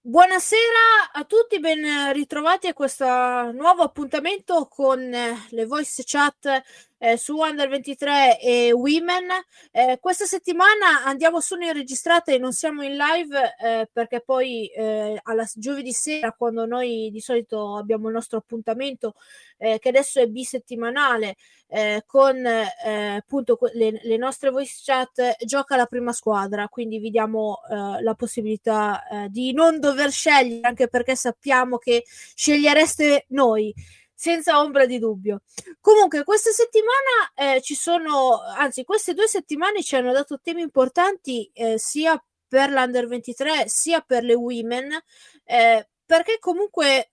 Buonasera a tutti, ben ritrovati a questo nuovo appuntamento con le voice chat su Under 23 e Women. Questa settimana andiamo solo in registrata e non siamo in live perché poi alla giovedì sera, quando noi di solito abbiamo il nostro appuntamento, che adesso è bisettimanale, con appunto le nostre voice chat, gioca la prima squadra, quindi vi diamo la possibilità di non dover scegliere, anche perché sappiamo che scegliereste noi senza ombra di dubbio. Comunque questa settimana ci sono, anzi queste 2 settimane ci hanno dato temi importanti sia per l'Under 23 sia per le Women, perché comunque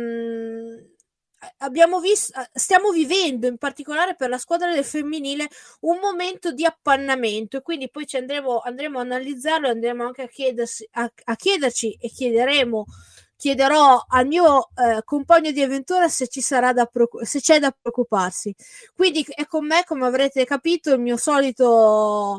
stiamo vivendo, in particolare per la squadra del femminile, un momento di appannamento, e quindi poi andremo a analizzarlo, andremo anche a chiederci e chiederò al mio compagno di avventura se se c'è da preoccuparsi. Quindi è con me, come avrete capito, il mio solito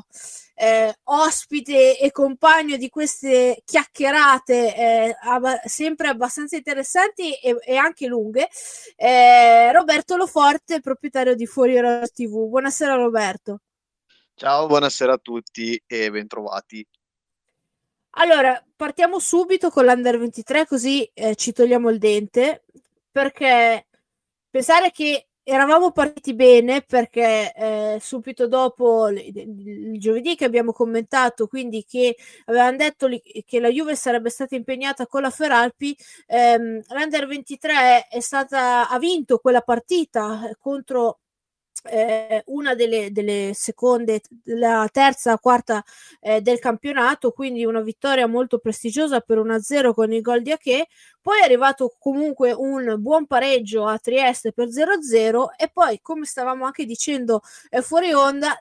ospite e compagno di queste chiacchierate sempre abbastanza interessanti e anche lunghe, Roberto Loforte, proprietario di Fuori Ora TV. Buonasera Roberto. Ciao, buonasera a tutti e bentrovati. Allora, partiamo subito con l'Under 23, così ci togliamo il dente, perché pensare che eravamo partiti bene, perché subito dopo il giovedì che abbiamo commentato, quindi che avevano detto che la Juve sarebbe stata impegnata con la Feralpi, l'Under 23 ha vinto quella partita contro una delle seconde, la terza, quarta del campionato, quindi una vittoria molto prestigiosa per 1-0 con il gol di Aché. Poi è arrivato comunque un buon pareggio a Trieste per 0-0 e poi, come stavamo anche dicendo fuori onda,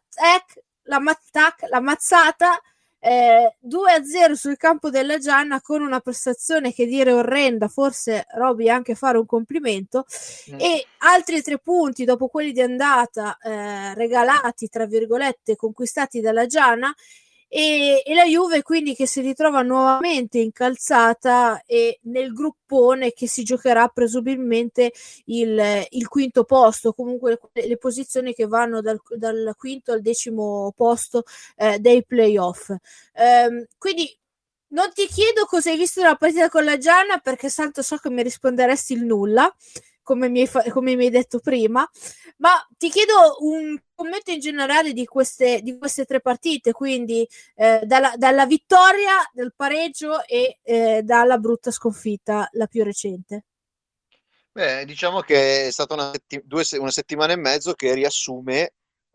la mazzata 2-0 sul campo della Gianna, con una prestazione che dire orrenda, forse Roby anche fare un complimento, e altri 3 punti dopo quelli di andata regalati, tra virgolette, conquistati dalla Gianna, e la Juve quindi che si ritrova nuovamente incalzata e nel gruppone che si giocherà presumibilmente il quinto posto, comunque le posizioni che vanno dal quinto al 10° posto dei playoff. Quindi non ti chiedo cosa hai visto della partita con la Gianna, perché tanto so che mi risponderesti il nulla, come mi hai detto prima, ma ti chiedo un commento in generale di queste 3 partite, quindi dalla vittoria, dal pareggio e dalla brutta sconfitta, la più recente. Beh, diciamo che è stata una settimana e mezzo che riassume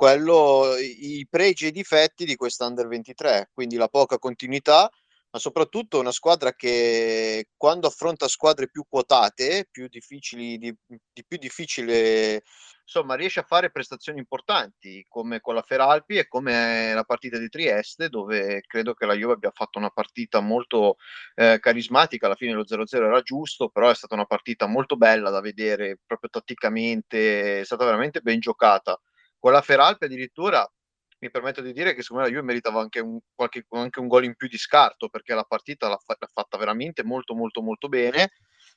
i pregi e i difetti di quest'Under 23, quindi la poca continuità, ma soprattutto una squadra che quando affronta squadre più quotate, più difficili, di più difficile, insomma, riesce a fare prestazioni importanti, come con la Feralpi e come la partita di Trieste, dove credo che la Juve abbia fatto una partita molto carismatica. Alla fine lo 0-0 era giusto, però è stata una partita molto bella da vedere, proprio tatticamente, è stata veramente ben giocata. Con la Feralpi addirittura mi permetto di dire che secondo me la Juve meritava anche un gol in più di scarto, perché la partita l'ha fatta veramente molto molto molto bene.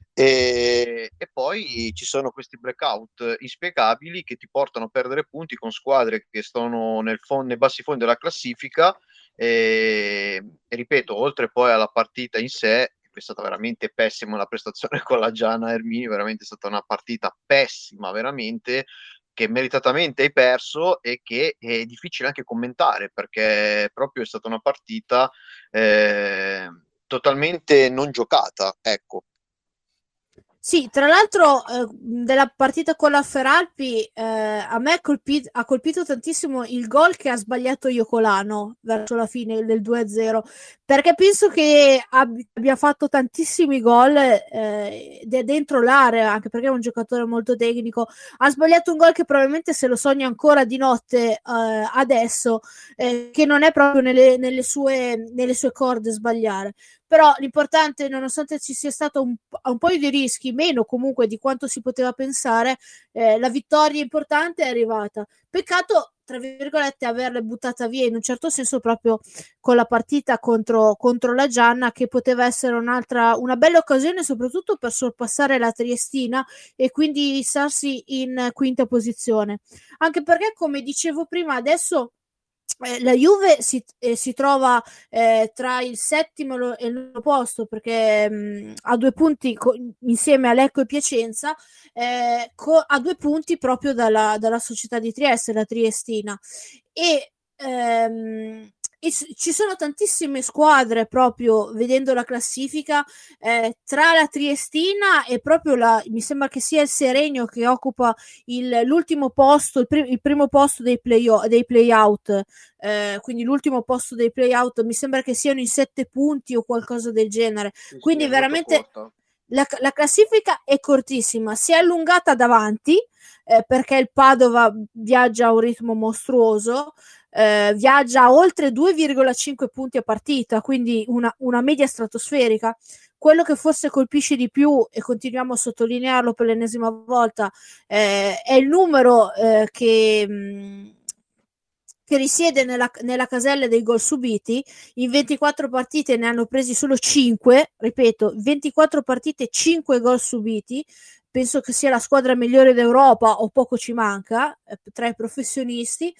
E poi ci sono questi blackout inspiegabili che ti portano a perdere punti con squadre che stanno nei bassi fondi della classifica. E ripeto, oltre poi alla partita in sé, è stata veramente pessima la prestazione con la Giana Ermini, veramente è stata una partita pessima, veramente, che meritatamente hai perso e che è difficile anche commentare, perché proprio è stata una partita totalmente non giocata, ecco. Sì, tra l'altro della partita con la Feralpi a me ha colpito tantissimo il gol che ha sbagliato Iocolano verso la fine del 2-0, perché penso che abbia fatto tantissimi gol dentro l'area, anche perché è un giocatore molto tecnico. Ha sbagliato un gol che probabilmente se lo sogna ancora di notte adesso, che non è proprio nelle sue corde sbagliare. Però l'importante, nonostante ci sia stato un po' di rischi, meno comunque di quanto si poteva pensare, la vittoria importante è arrivata. Peccato tra virgolette, averle buttata via in un certo senso proprio con la partita contro la Gianna, che poteva essere una bella occasione soprattutto per sorpassare la Triestina e quindi issarsi in quinta posizione, anche perché, come dicevo prima, adesso la Juve si trova tra il settimo e il nono posto, perché a 2 punti insieme a Lecco e Piacenza, a 2 punti proprio dalla società di Trieste, la Triestina. E ci sono tantissime squadre, proprio vedendo la classifica, tra la Triestina e proprio mi sembra che sia il Seregno che occupa l'ultimo posto, il primo posto dei play-out, quindi l'ultimo posto dei play-out, mi sembra che siano in 7 punti o qualcosa del genere. Sì, sì, Quindi è molto veramente corta. la classifica è cortissima, si è allungata davanti, perché il Padova viaggia a un ritmo mostruoso, viaggia a oltre 2,5 punti a partita, quindi una media stratosferica. Quello che forse colpisce di più, e continuiamo a sottolinearlo per l'ennesima volta, è il numero che risiede nella casella dei gol subiti. In 24 partite ne hanno presi solo 5, ripeto, 24 partite, 5 gol subiti. Penso che sia la squadra migliore d'Europa, o poco ci manca, tra i professionisti,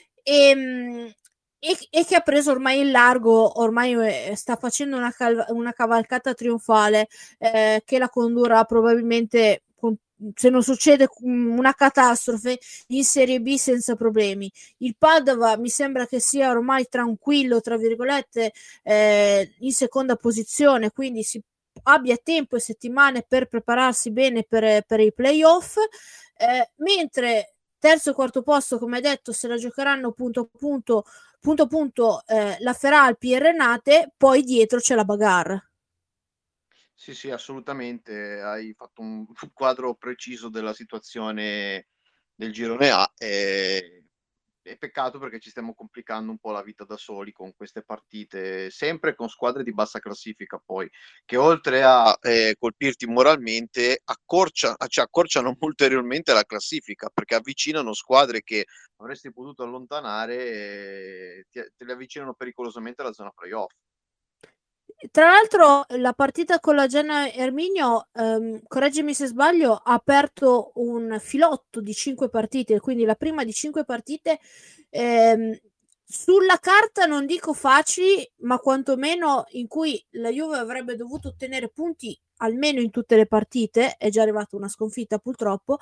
e che ha preso ormai il largo, ormai sta facendo una cavalcata trionfale, che la condurrà probabilmente, se non succede una catastrofe, in Serie B senza problemi. Il Padova mi sembra che sia ormai tranquillo, tra virgolette, in seconda posizione, quindi abbia tempo e settimane per prepararsi bene per i playoff, mentre terzo e quarto posto, come detto, se la giocheranno punto a punto, la Feralpi e Renate, poi dietro c'è la Bagarre. Sì, sì, assolutamente. Hai fatto un quadro preciso della situazione del girone A. E peccato perché ci stiamo complicando un po' la vita da soli con queste partite, sempre con squadre di bassa classifica, poi che oltre a colpirti moralmente, accorciano ulteriormente la classifica, perché avvicinano squadre che avresti potuto allontanare, e te le avvicinano pericolosamente alla zona playoff. Tra l'altro, la partita con la Genoa Erminio, correggimi se sbaglio, ha aperto un filotto di 5 partite, quindi la prima di 5 partite, sulla carta non dico facili, ma quantomeno in cui la Juve avrebbe dovuto ottenere punti almeno in tutte le partite. È già arrivata una sconfitta, purtroppo,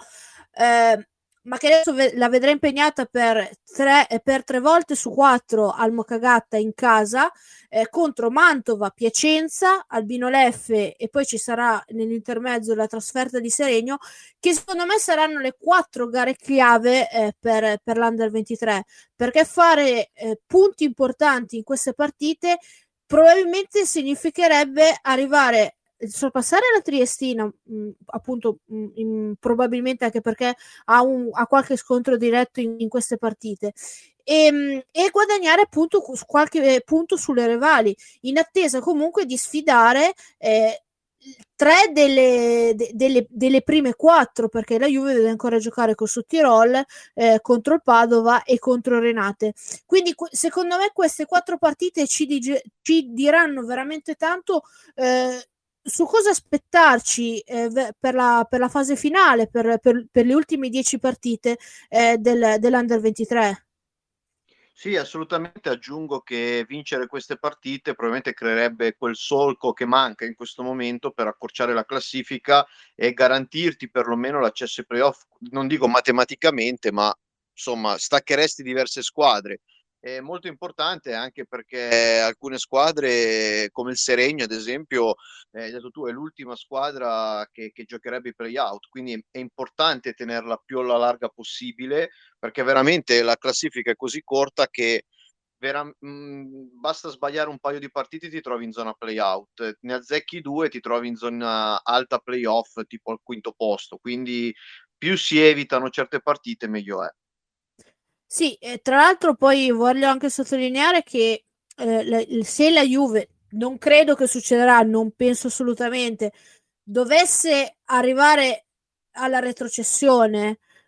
ma che adesso la vedrà impegnata per 3 volte su 4 al Mokagatta in casa, contro Mantova, Piacenza, Albino Leffe, e poi ci sarà nell'intermezzo la trasferta di Seregno, che secondo me saranno le 4 gare chiave, per l'Under 23, perché fare punti importanti in queste partite probabilmente significherebbe sorpassare la Triestina, appunto, probabilmente anche perché ha qualche scontro diretto in queste partite, e guadagnare appunto qualche punto sulle rivali, in attesa comunque di sfidare 3 delle prime 4, perché la Juve deve ancora giocare col Sottirol, contro il Padova e contro Renate. Quindi secondo me queste 4 partite ci diranno veramente tanto, su cosa aspettarci, per la fase finale, per le ultime 10 partite, dell'Under 23. Sì, assolutamente. Aggiungo che vincere queste partite probabilmente creerebbe quel solco che manca in questo momento per accorciare la classifica e garantirti perlomeno l'accesso ai playoff. Non dico matematicamente, ma insomma, staccheresti diverse squadre. È molto importante anche perché alcune squadre, come il Seregno, ad esempio, hai detto tu, è l'ultima squadra che giocherebbe i playout, quindi è importante tenerla più alla larga possibile, perché veramente la classifica è così corta che basta sbagliare un paio di partite, ti trovi in zona playout, ne azzecchi 2, ti trovi in zona alta playoff, tipo al quinto posto, quindi più si evitano certe partite meglio è. Sì, e tra l'altro poi voglio anche sottolineare che, se la Juve, non credo che succederà, non penso assolutamente, dovesse arrivare alla retrocessione,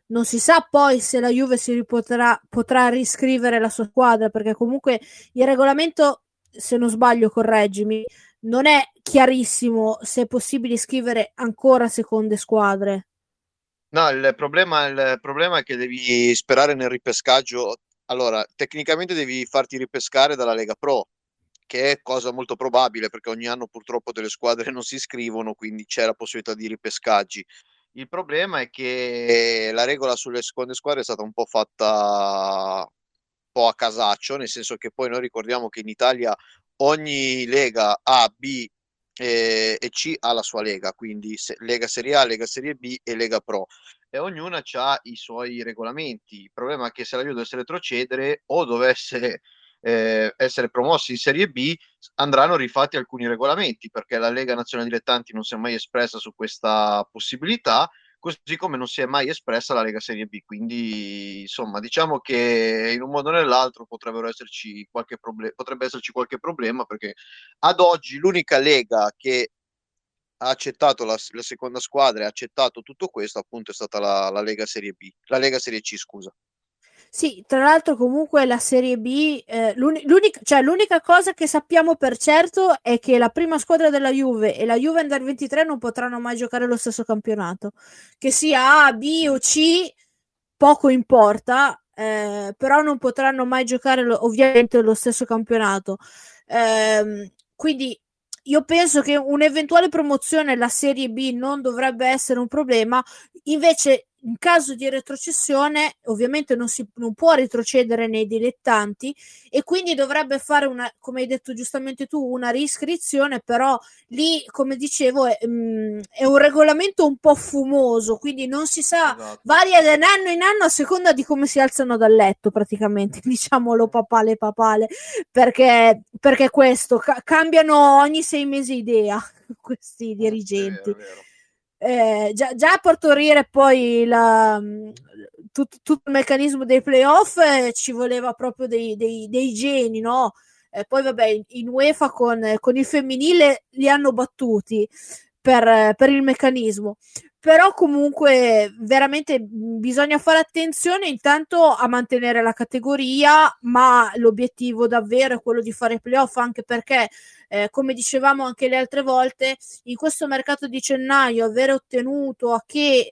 Non si sa poi se la Juve potrà riscrivere la sua squadra, perché comunque il regolamento, se non sbaglio, correggimi, non è chiarissimo se è possibile iscrivere ancora seconde squadre. No, il problema è che devi sperare nel ripescaggio. Allora, tecnicamente devi farti ripescare dalla Lega Pro, che è cosa molto probabile perché ogni anno purtroppo delle squadre non si iscrivono, quindi c'è la possibilità di ripescaggi. Il problema è che la regola sulle seconde squadre è stata un po' fatta un po' a casaccio, nel senso che poi noi ricordiamo che in Italia ogni lega A, B e C ha la sua lega, quindi Lega Serie A, Lega Serie B e Lega Pro, e ognuna ha i suoi regolamenti. Il problema è che se la Juve dovesse retrocedere o dovesse essere promossi in Serie B, andranno rifatti alcuni regolamenti, perché la Lega Nazionale Dilettanti non si è mai espressa su questa possibilità, così come non si è mai espressa la Lega Serie B. Quindi, insomma, diciamo che in un modo o nell'altro potrebbe esserci qualche problema, perché ad oggi l'unica lega che ha accettato la seconda squadra e ha accettato tutto questo, appunto, è stata la Lega Serie B, la Lega Serie C, scusa. Sì, tra l'altro comunque la Serie B, l'unica cosa che sappiamo per certo è che la prima squadra della Juve e la Juve Under 23 non potranno mai giocare lo stesso campionato. Che sia A, B o C, poco importa, però non potranno mai giocare ovviamente lo stesso campionato. Quindi io penso che un'eventuale promozione alla Serie B non dovrebbe essere un problema. Invece, in caso di retrocessione, ovviamente non può retrocedere nei dilettanti, e quindi dovrebbe fare come hai detto giustamente tu, una riscrizione, però lì, come dicevo, è un regolamento un po' fumoso, quindi non si sa, Esatto. varia da anno in anno a seconda di come si alzano dal letto, praticamente, diciamolo papale, perché questo, cambiano ogni 6 mesi idea questi dirigenti. È vero. Già a partorire poi tutto il meccanismo dei playoff, ci voleva proprio dei geni, no? Poi vabbè, in UEFA con il femminile li hanno battuti per il meccanismo, però comunque veramente bisogna fare attenzione intanto a mantenere la categoria, ma l'obiettivo davvero è quello di fare playoff, anche perché come dicevamo anche le altre volte, in questo mercato di gennaio aver tenuto a che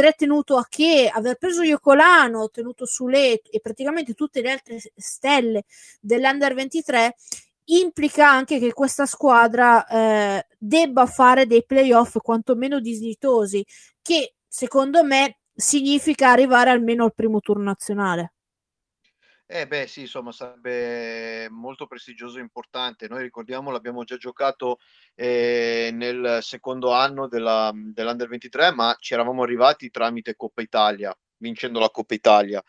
aver preso Iocolano, tenuto Sule e praticamente tutte le altre stelle dell'Under 23 implica anche che questa squadra debba fare dei playoff quantomeno dignitosi, che secondo me significa arrivare almeno al primo turno nazionale. Beh, sì, insomma, sarebbe molto prestigioso e importante. Noi ricordiamo, l'abbiamo già giocato nel secondo anno dell'Under 23, ma ci eravamo arrivati tramite Coppa Italia, vincendo la Coppa Italia.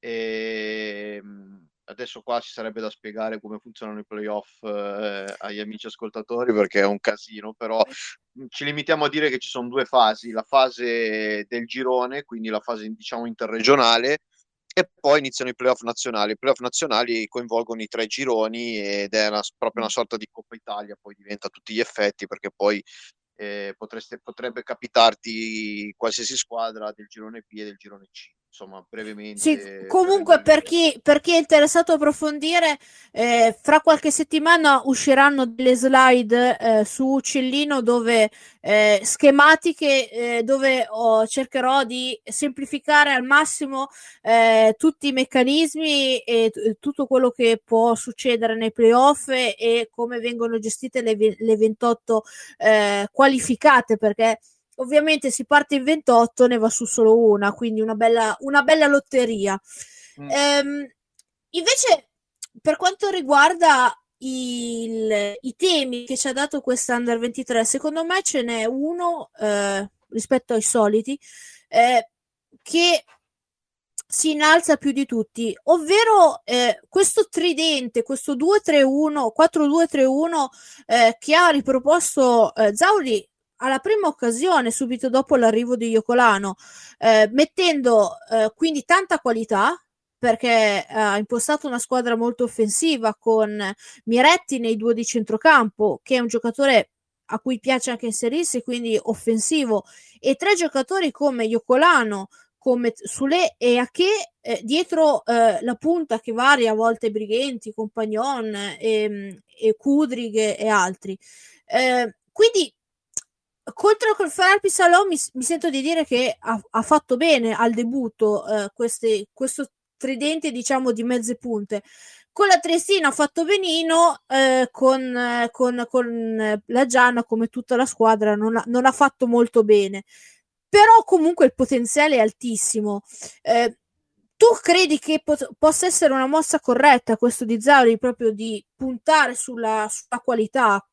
Adesso qua ci sarebbe da spiegare come funzionano i playoff agli amici ascoltatori, perché è un casino, però ci limitiamo a dire che ci sono due fasi: la fase del girone, quindi la fase, diciamo, interregionale, e poi iniziano i playoff nazionali. I playoff nazionali coinvolgono i tre gironi ed è proprio una sorta di Coppa Italia, poi diventa a tutti gli effetti, perché poi potrebbe capitarti qualsiasi squadra del girone B e del girone C. Insomma, brevemente. Sì, Per comunque rendere l'idea. per chi è interessato a approfondire, fra qualche settimana usciranno delle slide su Uccellino dove schematiche, dove cercherò di semplificare al massimo tutti i meccanismi e tutto quello che può succedere nei playoff e come vengono gestite le 28 qualificate, perché ovviamente si parte in 28, ne va su solo una, quindi una bella lotteria. Invece, per quanto riguarda i temi che ci ha dato questa Under 23, secondo me ce n'è uno rispetto ai soliti che si innalza più di tutti, ovvero questo tridente, questo 2-3-1, 4-2-3-1 che ha riproposto Zauli alla prima occasione, subito dopo l'arrivo di Iocolano, mettendo quindi tanta qualità, perché ha impostato una squadra molto offensiva con Miretti nei due di centrocampo, che è un giocatore a cui piace anche inserirsi, quindi offensivo, e tre giocatori come Iocolano, come Sule e Ake, dietro la punta che varia a volte Brighenti, Compagnon e Kudrig e altri. Quindi contro il Feralpi Salò mi sento di dire che ha fatto bene al debutto questo tridente, diciamo, di mezze punte. Con la Triestina ha fatto benino, con la Gianna, come tutta la squadra, non ha fatto molto bene. Però comunque il potenziale è altissimo. Tu credi che possa essere una mossa corretta questo di Zauri, proprio di puntare sulla qualità?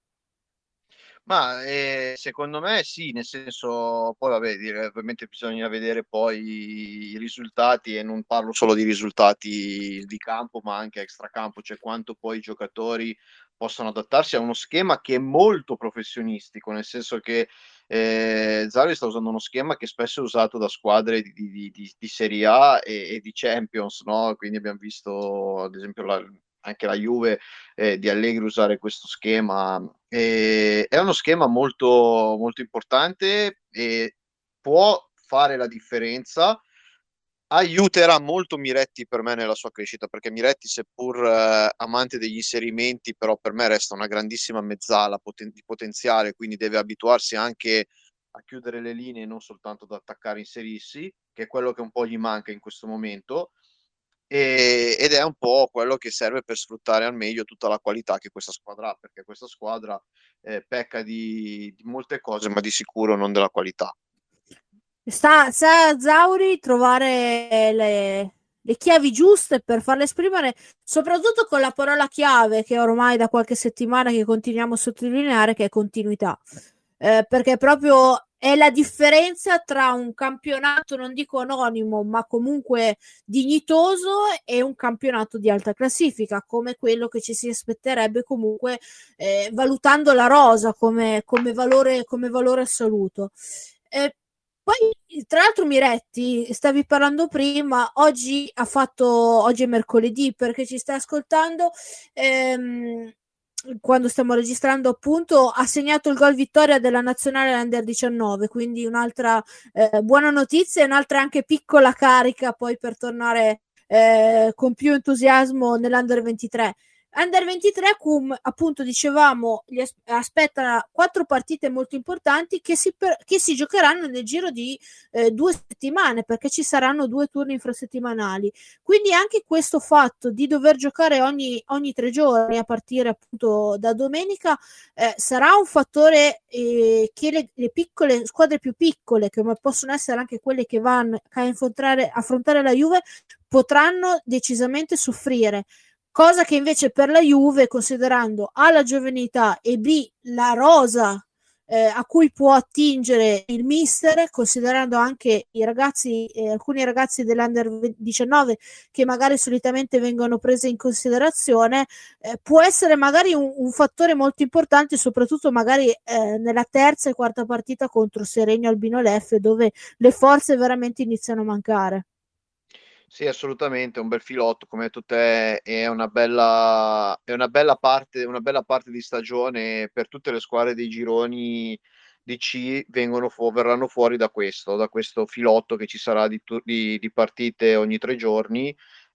Ma secondo me sì, nel senso, poi vabbè, ovviamente bisogna vedere poi i risultati, e non parlo solo di risultati di campo, ma anche extracampo, cioè quanto poi i giocatori possono adattarsi a uno schema che è molto professionistico, nel senso che Zavi sta usando uno schema che spesso è usato da squadre di Serie A e di Champions, no? Quindi abbiamo visto ad esempio anche la Juve di Allegri usare questo schema. È uno schema molto, molto importante e può fare la differenza. Aiuterà molto Miretti per me nella sua crescita, perché Miretti, seppur amante degli inserimenti, però per me resta una grandissima mezzala di potenziale, quindi deve abituarsi anche a chiudere le linee, non soltanto ad attaccare e inserirsi, che è quello che un po' gli manca in questo momento. Ed è un po' quello che serve per sfruttare al meglio tutta la qualità che questa squadra ha, perché questa squadra pecca di molte cose, ma di sicuro non della qualità. Sta a Zauri trovare le chiavi giuste per farle esprimere, soprattutto con la parola chiave che ormai da qualche settimana che continuiamo a sottolineare, che è continuità. Perché proprio è la differenza tra un campionato, non dico anonimo, ma comunque dignitoso, e un campionato di alta classifica, come quello che ci si aspetterebbe comunque, valutando la rosa come valore assoluto. Poi, tra l'altro, Miretti, stavi parlando prima, oggi è mercoledì, perché ci stai ascoltando, quando stiamo registrando, appunto, ha segnato il gol vittoria della nazionale Under 19, quindi un'altra buona notizia e un'altra anche piccola carica poi per tornare con più entusiasmo nell'Under 23. Under 23, come appunto dicevamo, aspettano 4 partite molto importanti che si giocheranno nel giro di 2 settimane, perché ci saranno 2 turni infrasettimanali. Quindi anche questo fatto di dover giocare ogni 3 giorni a partire appunto da domenica sarà un fattore che le piccole squadre più piccole, come possono essere anche quelle che vanno a affrontare la Juve, potranno decisamente soffrire. Cosa che invece per la Juve, considerando A, la giovanità, e B, la rosa a cui può attingere il mister, considerando anche i ragazzi, alcuni ragazzi dell'Under 19 che magari solitamente vengono presi in considerazione, può essere magari un fattore molto importante, soprattutto magari nella terza e quarta partita contro Seregno Albino Leffe, dove le forze veramente iniziano a mancare. Sì, assolutamente, un bel filotto, come hai detto te, è una bella parte di stagione per tutte le squadre dei gironi di C, verranno fuori da questo filotto che ci sarà di partite ogni 3 giorni,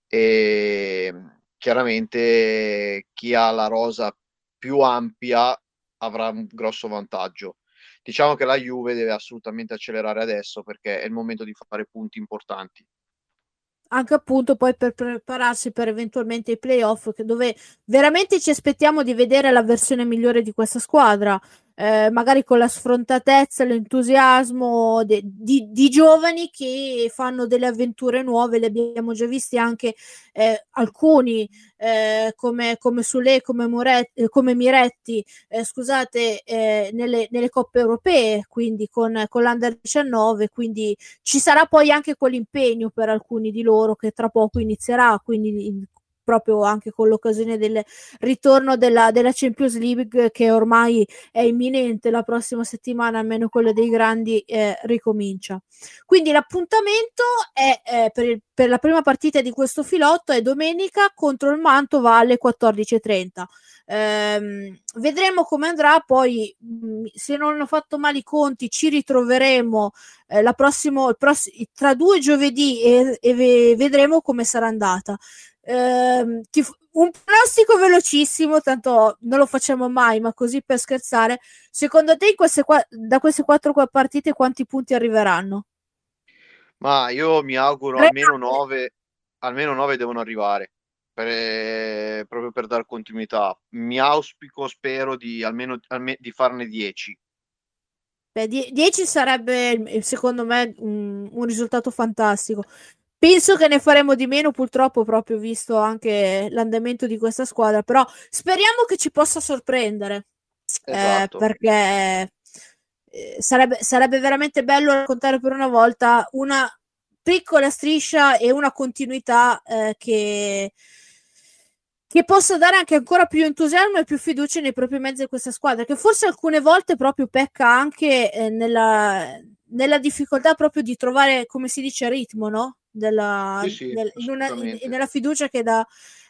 e chiaramente chi ha la rosa più ampia avrà un grosso vantaggio. Diciamo che la Juve deve assolutamente accelerare adesso, perché è il momento di fare punti importanti. Anche appunto poi per prepararsi per eventualmente i playoff, dove veramente ci aspettiamo di vedere la versione migliore di questa squadra, magari con la sfrontatezza, l'entusiasmo di giovani che fanno delle avventure nuove. Le abbiamo già visti anche alcuni, come Sule, come Miretti, scusate, nelle coppe europee, quindi con l'Under 19, quindi ci sarà poi anche quell'impegno per alcuni di loro che tra poco inizierà, quindi proprio anche con l'occasione del ritorno della Champions League, che ormai è imminente, la prossima settimana almeno quello dei grandi ricomincia. Quindi l'appuntamento è per la prima partita di questo filotto è domenica contro il Mantova alle 14:30. Vedremo come andrà poi. Se non ho fatto male i conti, ci ritroveremo tra 2 giovedì e vedremo come sarà andata. Un pronostico velocissimo, tanto non lo facciamo mai, ma così per scherzare. Secondo te da queste 4 partite quanti punti arriveranno? Ma io mi auguro almeno 9 devono arrivare, proprio per dar continuità. Mi auspico, spero di di farne 10. 10 sarebbe secondo me un risultato fantastico. Penso che ne faremo di meno, purtroppo, proprio visto anche l'andamento di questa squadra, però speriamo che ci possa sorprendere, Esatto. perché sarebbe veramente bello raccontare per una volta una piccola striscia e una continuità che possa dare anche ancora più entusiasmo e più fiducia nei propri mezzi di questa squadra, che forse alcune volte proprio pecca anche nella difficoltà proprio di trovare, come si dice, ritmo, no? Sì, assolutamente. Nella fiducia che dà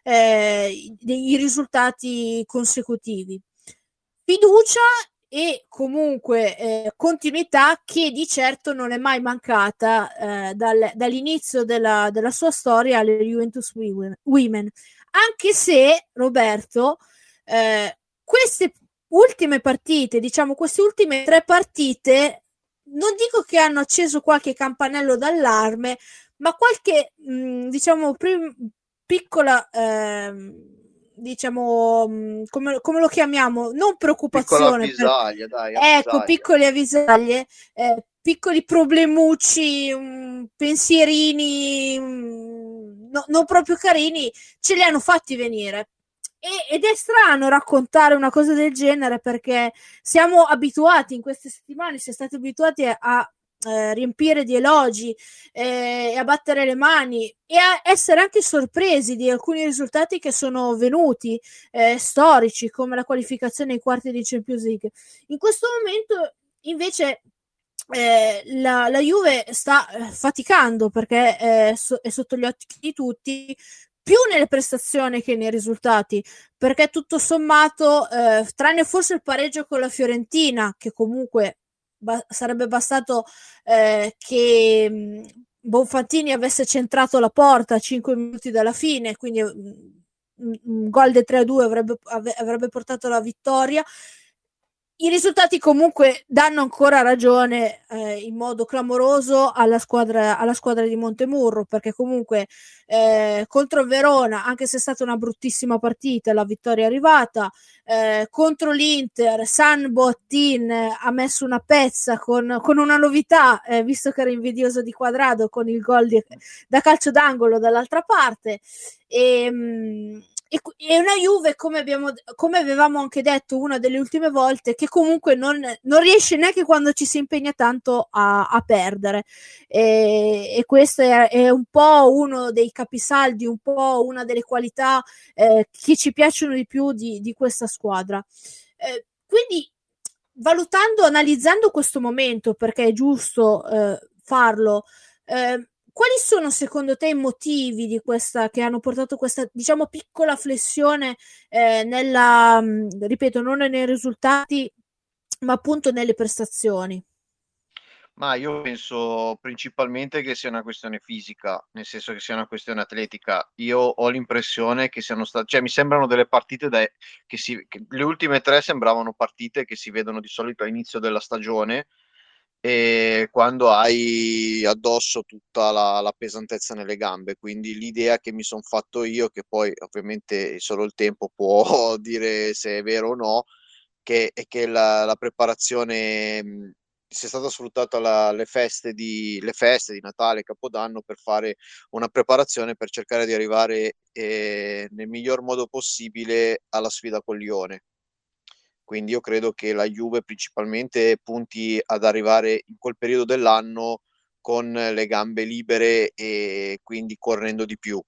dei risultati consecutivi. Fiducia e comunque continuità che di certo non è mai mancata dall'inizio della sua storia alle Juventus Women. Anche se, Roberto, queste ultime partite, diciamo queste ultime 3 partite, non dico che hanno acceso qualche campanello d'allarme, ma qualche, diciamo, piccola, diciamo, come lo chiamiamo? Non Piccola preoccupazione, avvisaglia, dai, ecco, avvisaglia. piccole avvisaglie, piccoli problemucci, pensierini, non proprio carini, ce li hanno fatti venire. Ed è strano raccontare una cosa del genere, perché siamo abituati in queste settimane, siamo stati abituati a riempire di elogi e a battere le mani e a essere anche sorpresi di alcuni risultati che sono venuti, storici, come la qualificazione ai quarti di Champions League. In questo momento invece la Juve sta faticando, perché è sotto gli occhi di tutti, più nelle prestazioni che nei risultati, perché tutto sommato, tranne forse il pareggio con la Fiorentina, che comunque sarebbe bastato che Bonfantini avesse centrato la porta a 5 minuti dalla fine, quindi un gol del 3-2 avrebbe portato la vittoria. I risultati comunque danno ancora ragione in modo clamoroso alla squadra di Montemurro, perché comunque contro il Verona, anche se è stata una bruttissima partita, la vittoria è arrivata. Contro l'Inter, San Boattin ha messo una pezza con una novità, visto che era invidioso di Quadrado, con il gol da calcio d'angolo dall'altra parte. E una Juve, come avevamo anche detto una delle ultime volte, che comunque non riesce neanche quando ci si impegna tanto a perdere, e questo è un po' uno dei capisaldi, un po' una delle qualità che ci piacciono di più di questa squadra. Quindi, analizzando questo momento, perché è giusto farlo, quali sono secondo te i motivi che hanno portato questa, diciamo, piccola flessione ripeto, non nei risultati, ma appunto nelle prestazioni? Ma io penso principalmente che sia una questione fisica, nel senso che sia una questione atletica. Io ho l'impressione che siano state, cioè mi sembrano delle partite che le ultime 3 sembravano partite che si vedono di solito all'inizio della stagione, e quando hai addosso tutta la pesantezza nelle gambe. Quindi l'idea che mi sono fatto io, che poi ovviamente solo il tempo può dire se è vero o no, è che la preparazione sia stata sfruttata le feste di Natale, Capodanno, per fare una preparazione per cercare di arrivare nel miglior modo possibile alla sfida con Lione. Quindi io credo che la Juve principalmente punti ad arrivare in quel periodo dell'anno con le gambe libere e quindi correndo di più.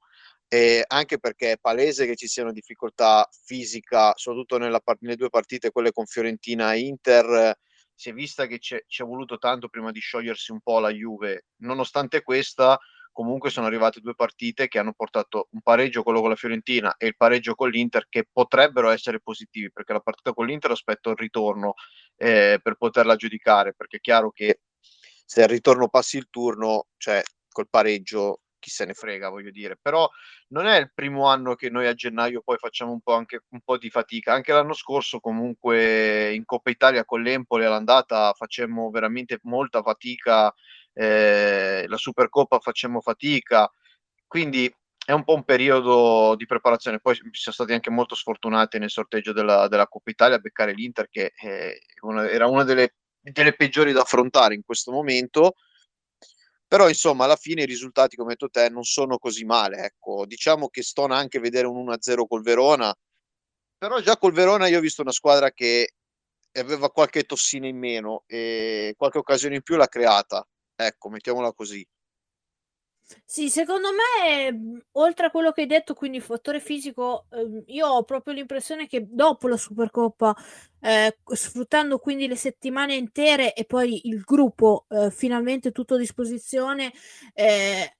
e anche perché è palese che ci siano difficoltà fisica, soprattutto nelle due partite, quelle con Fiorentina e Inter. Si è vista che ci è voluto tanto prima di sciogliersi un po' la Juve. Nonostante questa, comunque sono arrivate due partite che hanno portato un pareggio, quello con la Fiorentina, e il pareggio con l'Inter, che potrebbero essere positivi, perché la partita con l'Inter aspetto il ritorno per poterla giudicare, perché è chiaro che se al ritorno passi il turno, cioè col pareggio chi se ne frega, voglio dire. Però non è il primo anno che noi a gennaio poi facciamo un po' anche un po' di fatica. Anche l'anno scorso comunque in Coppa Italia con l'Empoli all'andata facemmo veramente molta fatica, la Supercoppa facemmo fatica, quindi è un po' un periodo di preparazione. Poi siamo stati anche molto sfortunati nel sorteggio della Coppa Italia a beccare l'Inter, che era una delle peggiori da affrontare in questo momento. Però insomma alla fine i risultati, come hai detto te, non sono così male, ecco. Diciamo che stona anche vedere un 1-0 col Verona, però già col Verona io ho visto una squadra che aveva qualche tossina in meno e qualche occasione in più l'ha creata, ecco, mettiamola così. Sì, secondo me, oltre a quello che hai detto, quindi il fattore fisico, io ho proprio l'impressione che dopo la Supercoppa, sfruttando quindi le settimane intere e poi il gruppo finalmente tutto a disposizione, eh,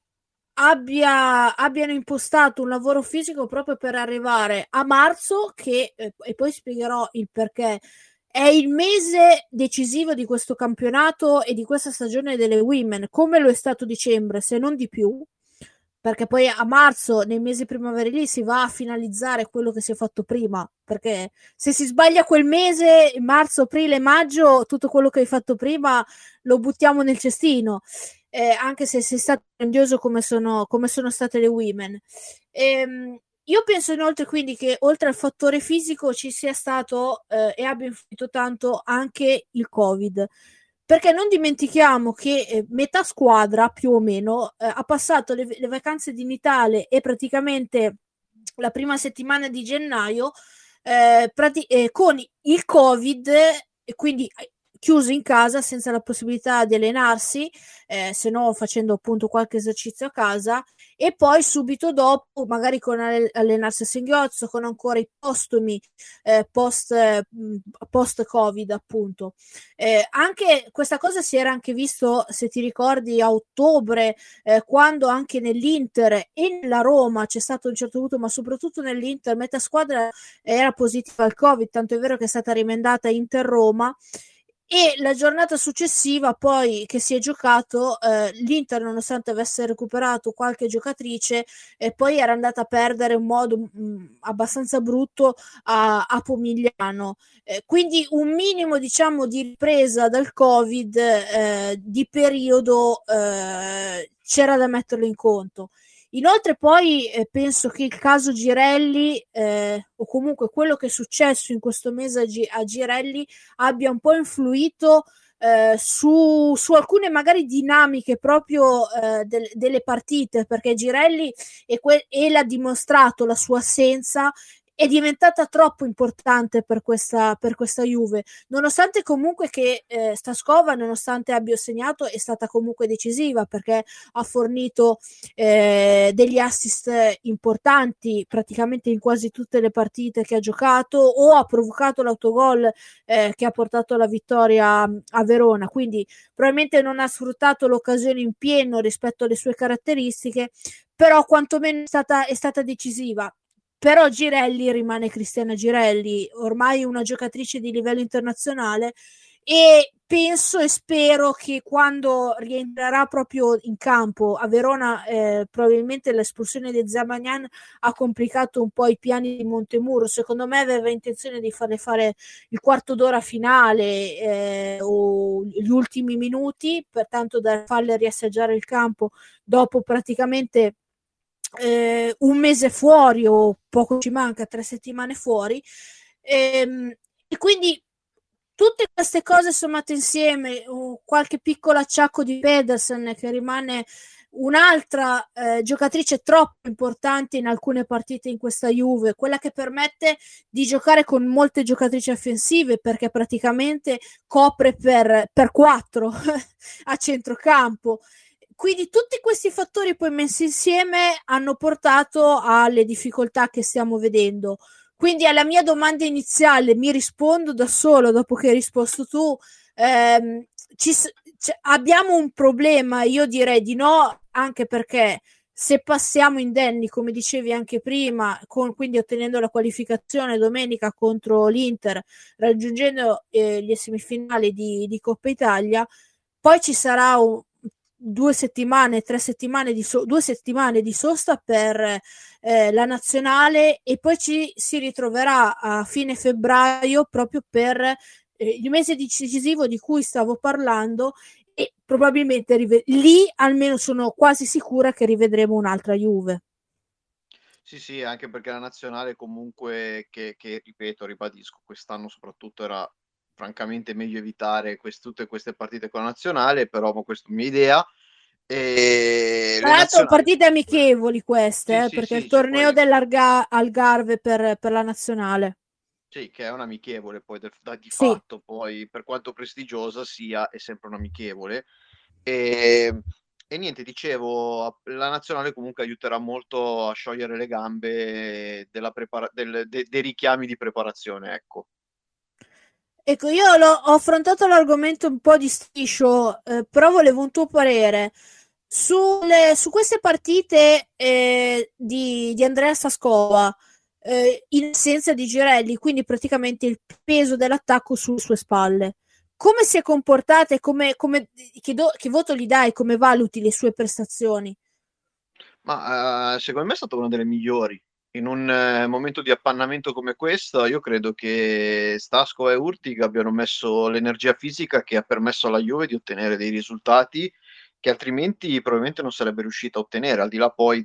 abbiano impostato un lavoro fisico proprio per arrivare a marzo, che, e poi spiegherò il perché, è il mese decisivo di questo campionato e di questa stagione delle Women, come lo è stato dicembre, se non di più, perché poi a marzo, nei mesi primaverili, si va a finalizzare quello che si è fatto prima, perché se si sbaglia quel mese, marzo, aprile, maggio, tutto quello che hai fatto prima lo buttiamo nel cestino, anche se sei stato grandioso come sono state le Women. Io penso inoltre quindi che oltre al fattore fisico ci sia stato e abbia influito tanto anche il Covid, perché non dimentichiamo che metà squadra più o meno ha passato le vacanze di Natale e praticamente la prima settimana di gennaio con il Covid e quindi chiuso in casa senza la possibilità di allenarsi, se no facendo appunto qualche esercizio a casa, e poi subito dopo magari con allenarsi a singhiozzo, con ancora i postumi post Covid appunto. Anche questa cosa si era anche visto, se ti ricordi, a ottobre, quando anche nell'Inter e nella Roma c'è stato un certo punto, ma soprattutto nell'Inter, metà squadra era positiva al Covid, tanto è vero che è stata rimandata Inter-Roma. E la giornata successiva poi che si è giocato, l'Inter nonostante avesse recuperato qualche giocatrice, poi era andata a perdere in modo abbastanza brutto a Pomigliano, quindi un minimo diciamo di ripresa dal Covid di periodo c'era da metterlo in conto. Inoltre poi penso che il caso Girelli o comunque quello che è successo in questo mese a Girelli abbia un po' influito su alcune magari dinamiche proprio delle partite, perché Girelli e l'ha dimostrato la sua assenza è diventata troppo importante per questa Juve, nonostante comunque che Staskova, nonostante abbia segnato, è stata comunque decisiva perché ha fornito degli assist importanti praticamente in quasi tutte le partite che ha giocato, o ha provocato l'autogol che ha portato la vittoria a Verona, quindi probabilmente non ha sfruttato l'occasione in pieno rispetto alle sue caratteristiche, però quantomeno è stata decisiva. Però Girelli rimane Cristiana Girelli, ormai una giocatrice di livello internazionale, e penso e spero che quando rientrerà proprio in campo a Verona, probabilmente l'espulsione di Zamagnan ha complicato un po' i piani di Montemurro. Secondo me aveva intenzione di farle fare il quarto d'ora finale o gli ultimi minuti, pertanto da farle riassaggiare il campo dopo praticamente un mese fuori, o poco ci manca, 3 settimane fuori, e quindi tutte queste cose sommate insieme, qualche piccolo acciacco di Pedersen che rimane un'altra giocatrice troppo importante in alcune partite in questa Juve, quella che permette di giocare con molte giocatrici offensive perché praticamente copre per 4 a centrocampo, quindi tutti questi fattori poi messi insieme hanno portato alle difficoltà che stiamo vedendo. Quindi alla mia domanda iniziale mi rispondo da solo dopo che hai risposto tu. Ehm, abbiamo un problema? Io direi di no, anche perché se passiamo indenni, come dicevi anche prima, quindi ottenendo la qualificazione domenica contro l'Inter, raggiungendo le semifinali di Coppa Italia, poi ci sarà 2 settimane, 3 settimane 2 settimane di sosta per la nazionale, e poi ci si ritroverà a fine febbraio proprio per il mese decisivo di cui stavo parlando, e probabilmente lì almeno sono quasi sicura che rivedremo un'altra Juve. Sì, anche perché la nazionale comunque, che ripeto, ribadisco, quest'anno soprattutto era francamente meglio evitare tutte queste partite con la nazionale, però questa è mia idea. E Tra le l'altro nazionali partite comunque... amichevoli queste, perché il Sì, torneo poi dell'Algarve per la nazionale. sì, che è un amichevole, poi di Sì. fatto, poi per quanto prestigiosa sia, è sempre un amichevole. E, e niente, dicevo, la nazionale comunque aiuterà molto a sciogliere le gambe dei richiami di preparazione, ecco. Ecco, io ho affrontato l'argomento un po' di striscio, però volevo un tuo parere su queste partite di Andrea Sascova, in assenza di Girelli, quindi praticamente il peso dell'attacco sulle sue spalle. Come si è comportata e che voto gli dai, come valuti le sue prestazioni? Ma secondo me è stata una delle migliori. In un momento di appannamento come questo, io credo che Stasco e Urtig abbiano messo l'energia fisica che ha permesso alla Juve di ottenere dei risultati che altrimenti probabilmente non sarebbe riuscita a ottenere, al di là poi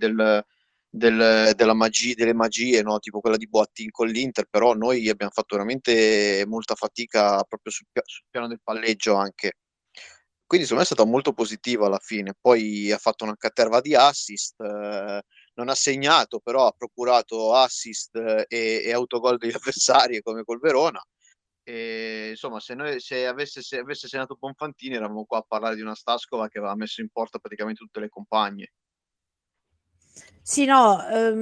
della magia, delle magie, no? Tipo quella di Boattin con l'Inter, però noi abbiamo fatto veramente molta fatica proprio sul piano del palleggio anche. Quindi secondo me è stata molto positiva alla fine. Poi ha fatto una caterva di assist, non ha segnato, però ha procurato assist e autogol degli avversari come col Verona. E, insomma, se avesse segnato Bonfantini, eravamo qua a parlare di una Staskova che aveva messo in porta praticamente tutte le compagne. Sì, no,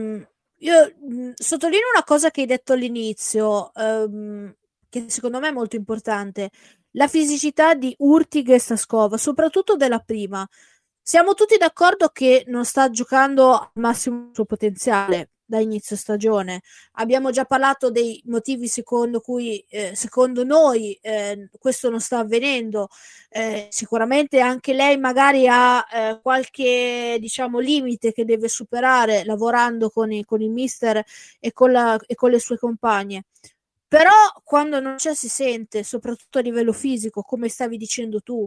io sottolineo una cosa che hai detto all'inizio, che secondo me è molto importante: la fisicità di Urtig e Staskova, soprattutto della prima. Siamo tutti d'accordo che non sta giocando al massimo del suo potenziale da inizio stagione. Abbiamo già parlato dei motivi secondo cui, secondo noi, questo non sta avvenendo. Sicuramente anche lei magari ha qualche, diciamo, limite che deve superare lavorando con il mister e con le sue compagne. Però quando non c'è si sente, soprattutto a livello fisico, come stavi dicendo tu.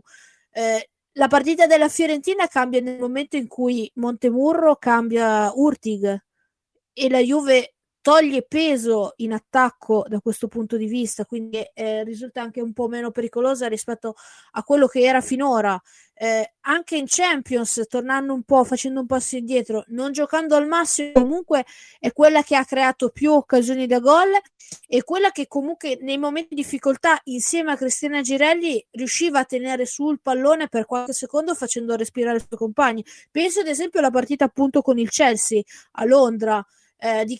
La partita della Fiorentina cambia nel momento in cui Montemurro cambia Urtig e la Juve toglie peso in attacco da questo punto di vista, quindi risulta anche un po' meno pericolosa rispetto a quello che era finora. Anche in Champions, tornando un po', facendo un passo indietro, non giocando al massimo, comunque è quella che ha creato più occasioni da gol e quella che comunque nei momenti di difficoltà, insieme a Cristina Girelli, riusciva a tenere su il pallone per qualche secondo facendo respirare i suoi compagni. Penso ad esempio alla partita appunto con il Chelsea a Londra, di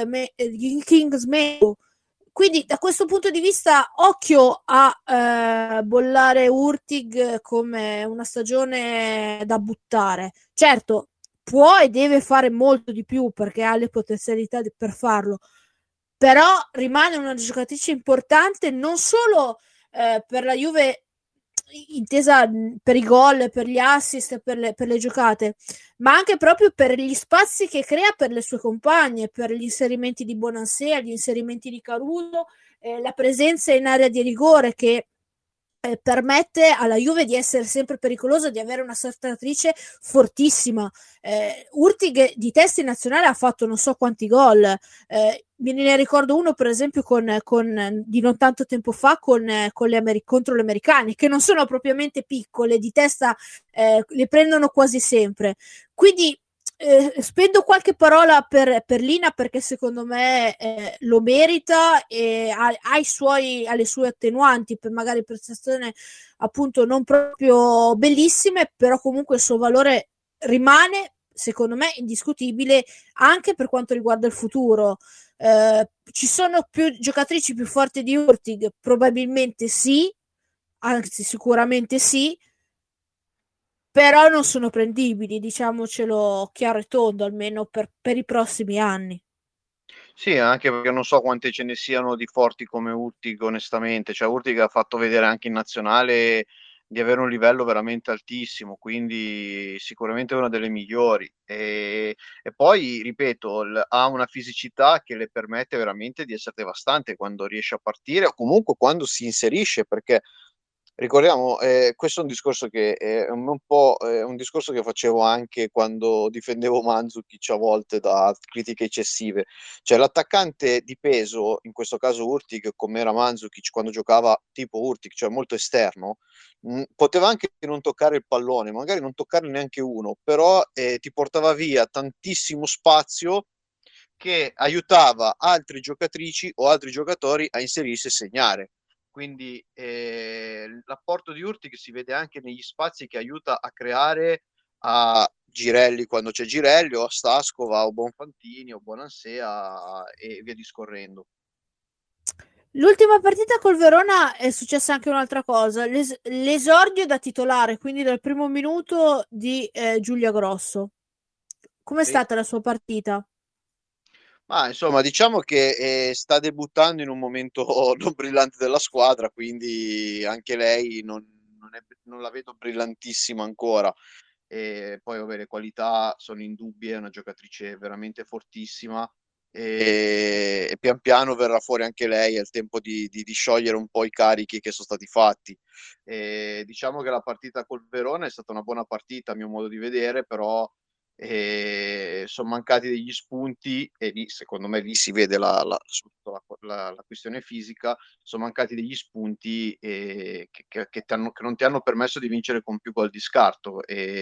Kingsmeadow. Quindi da questo punto di vista occhio a bollare Urtig come una stagione da buttare. Certo, può e deve fare molto di più perché ha le potenzialità per farlo, però rimane una giocatrice importante non solo per la Juve intesa per i gol, per gli assist, per le giocate, ma anche proprio per gli spazi che crea per le sue compagne, per gli inserimenti di Bonansea, gli inserimenti di Caruso, la presenza in area di rigore che permette alla Juve di essere sempre pericolosa, di avere una saltatrice fortissima. Urtig di testa in nazionale ha fatto non so quanti gol. Me ne ricordo uno per esempio di non tanto tempo fa contro le americane, che non sono propriamente piccole, di testa le prendono quasi sempre. Quindi spendo qualche parola per Lina, perché secondo me lo merita e ha le sue attenuanti, per magari prestazione appunto non proprio bellissime, però comunque il suo valore rimane secondo me indiscutibile anche per quanto riguarda il futuro. Ci sono più giocatrici più forti di Hurtig? Probabilmente sì, anzi sicuramente sì, però non sono prendibili, diciamocelo chiaro e tondo, almeno per i prossimi anni. Sì, anche perché non so quante ce ne siano di forti come Hurtig, onestamente. Cioè, Hurtig ha fatto vedere anche in nazionale di avere un livello veramente altissimo, quindi sicuramente è una delle migliori. E poi, ripeto, ha una fisicità che le permette veramente di essere devastante quando riesce a partire o comunque quando si inserisce, perché ricordiamo, questo è un discorso che è un po' un discorso che facevo anche quando difendevo Mandzukic a volte da critiche eccessive. Cioè l'attaccante di peso, in questo caso Hurtig, come era Mandzukic quando giocava tipo Hurtig, cioè molto esterno, poteva anche non toccare il pallone, magari non toccarne neanche uno, però ti portava via tantissimo spazio che aiutava altre giocatrici o altri giocatori a inserirsi e segnare. Quindi l'apporto di Hurtig si vede anche negli spazi che aiuta a creare a Girelli quando c'è Girelli, o a Staskova, o Bonfantini, o Bonansea e via discorrendo. L'ultima partita col Verona è successa anche un'altra cosa, l'esordio da titolare, quindi dal primo minuto di Giulia Grosso. Com'è Sì. stata la sua partita? Ma insomma, diciamo che sta debuttando in un momento non brillante della squadra, quindi anche lei non la vedo brillantissima ancora. E poi, vabbè, le qualità sono indubbie, è una giocatrice veramente fortissima e pian piano verrà fuori anche lei, è il tempo di sciogliere un po' i carichi che sono stati fatti. E diciamo che la partita col Verona è stata una buona partita a mio modo di vedere, però sono mancati degli spunti e lì secondo me lì si vede la questione fisica, sono mancati degli spunti che non ti hanno permesso di vincere con più gol di scarto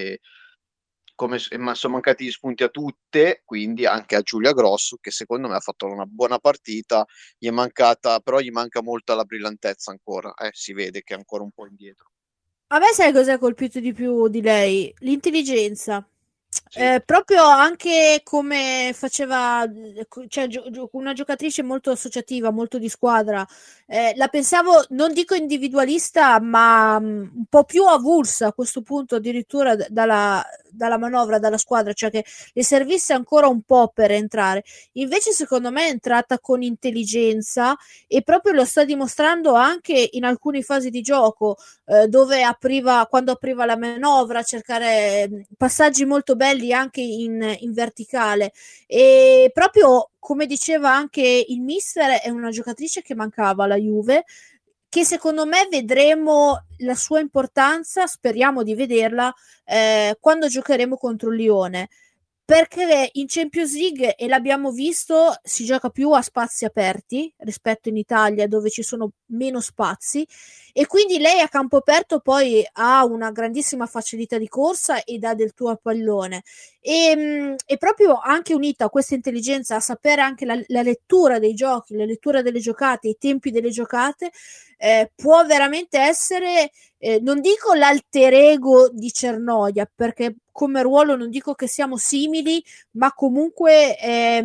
ma sono mancati gli spunti a tutte, quindi anche a Giulia Grosso che secondo me ha fatto una buona partita, gli è mancata, però gli manca molto la brillantezza ancora, si vede che è ancora un po' indietro. A me sai cos'è colpito di più di lei? L'intelligenza. Sì, Proprio anche come faceva, cioè una giocatrice molto associativa, molto di squadra. La pensavo, non dico individualista, ma un po' più avulsa a questo punto addirittura dalla manovra, dalla squadra, cioè che le servisse ancora un po' per entrare. Invece secondo me è entrata con intelligenza e proprio lo sta dimostrando anche in alcune fasi di gioco, dove quando apriva la manovra, cercare passaggi molto belli anche in verticale. E proprio come diceva anche il mister, è una giocatrice che mancava alla Juve, che secondo me vedremo la sua importanza, speriamo di vederla, quando giocheremo contro il Lione. Perché in Champions League, e l'abbiamo visto, si gioca più a spazi aperti rispetto in Italia dove ci sono meno spazi, e quindi lei a campo aperto poi ha una grandissima facilità di corsa e dà del tuo pallone, e proprio anche unita a questa intelligenza, a sapere anche la lettura dei giochi, la lettura delle giocate, i tempi delle giocate, può veramente essere, non dico l'alter ego di Cernoia, perché come ruolo non dico che siamo simili, ma comunque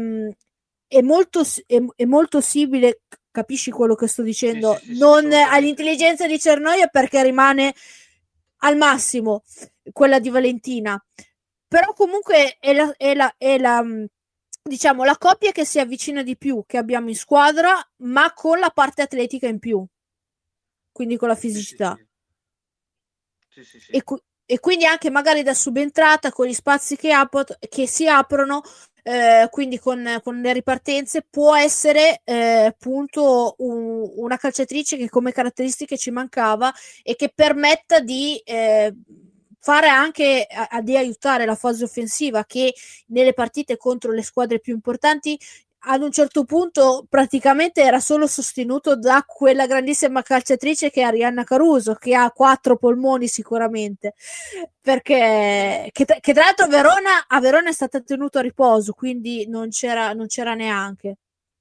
è molto simile, capisci quello che sto sì, sì, dicendo? sì, sì, Non assolutamente sì. all'intelligenza di Cernoia, perché rimane al massimo quella di Valentina, però comunque diciamo, la coppia che si avvicina di più che abbiamo in squadra, ma con la parte atletica in più, quindi con la Sì, sì, fisicità. sì. Sì, sì, sì. E quindi anche magari da subentrata con gli spazi che si aprono, quindi con le ripartenze, può essere appunto una calciatrice che come caratteristiche ci mancava e che permetta di fare anche di aiutare la fase offensiva, che nelle partite contro le squadre più importanti ad un certo punto praticamente era solo sostenuto da quella grandissima calciatrice che è Arianna Caruso, che ha 4 polmoni sicuramente, perché che tra l'altro a Verona è stata tenuto a riposo, quindi non c'era neanche.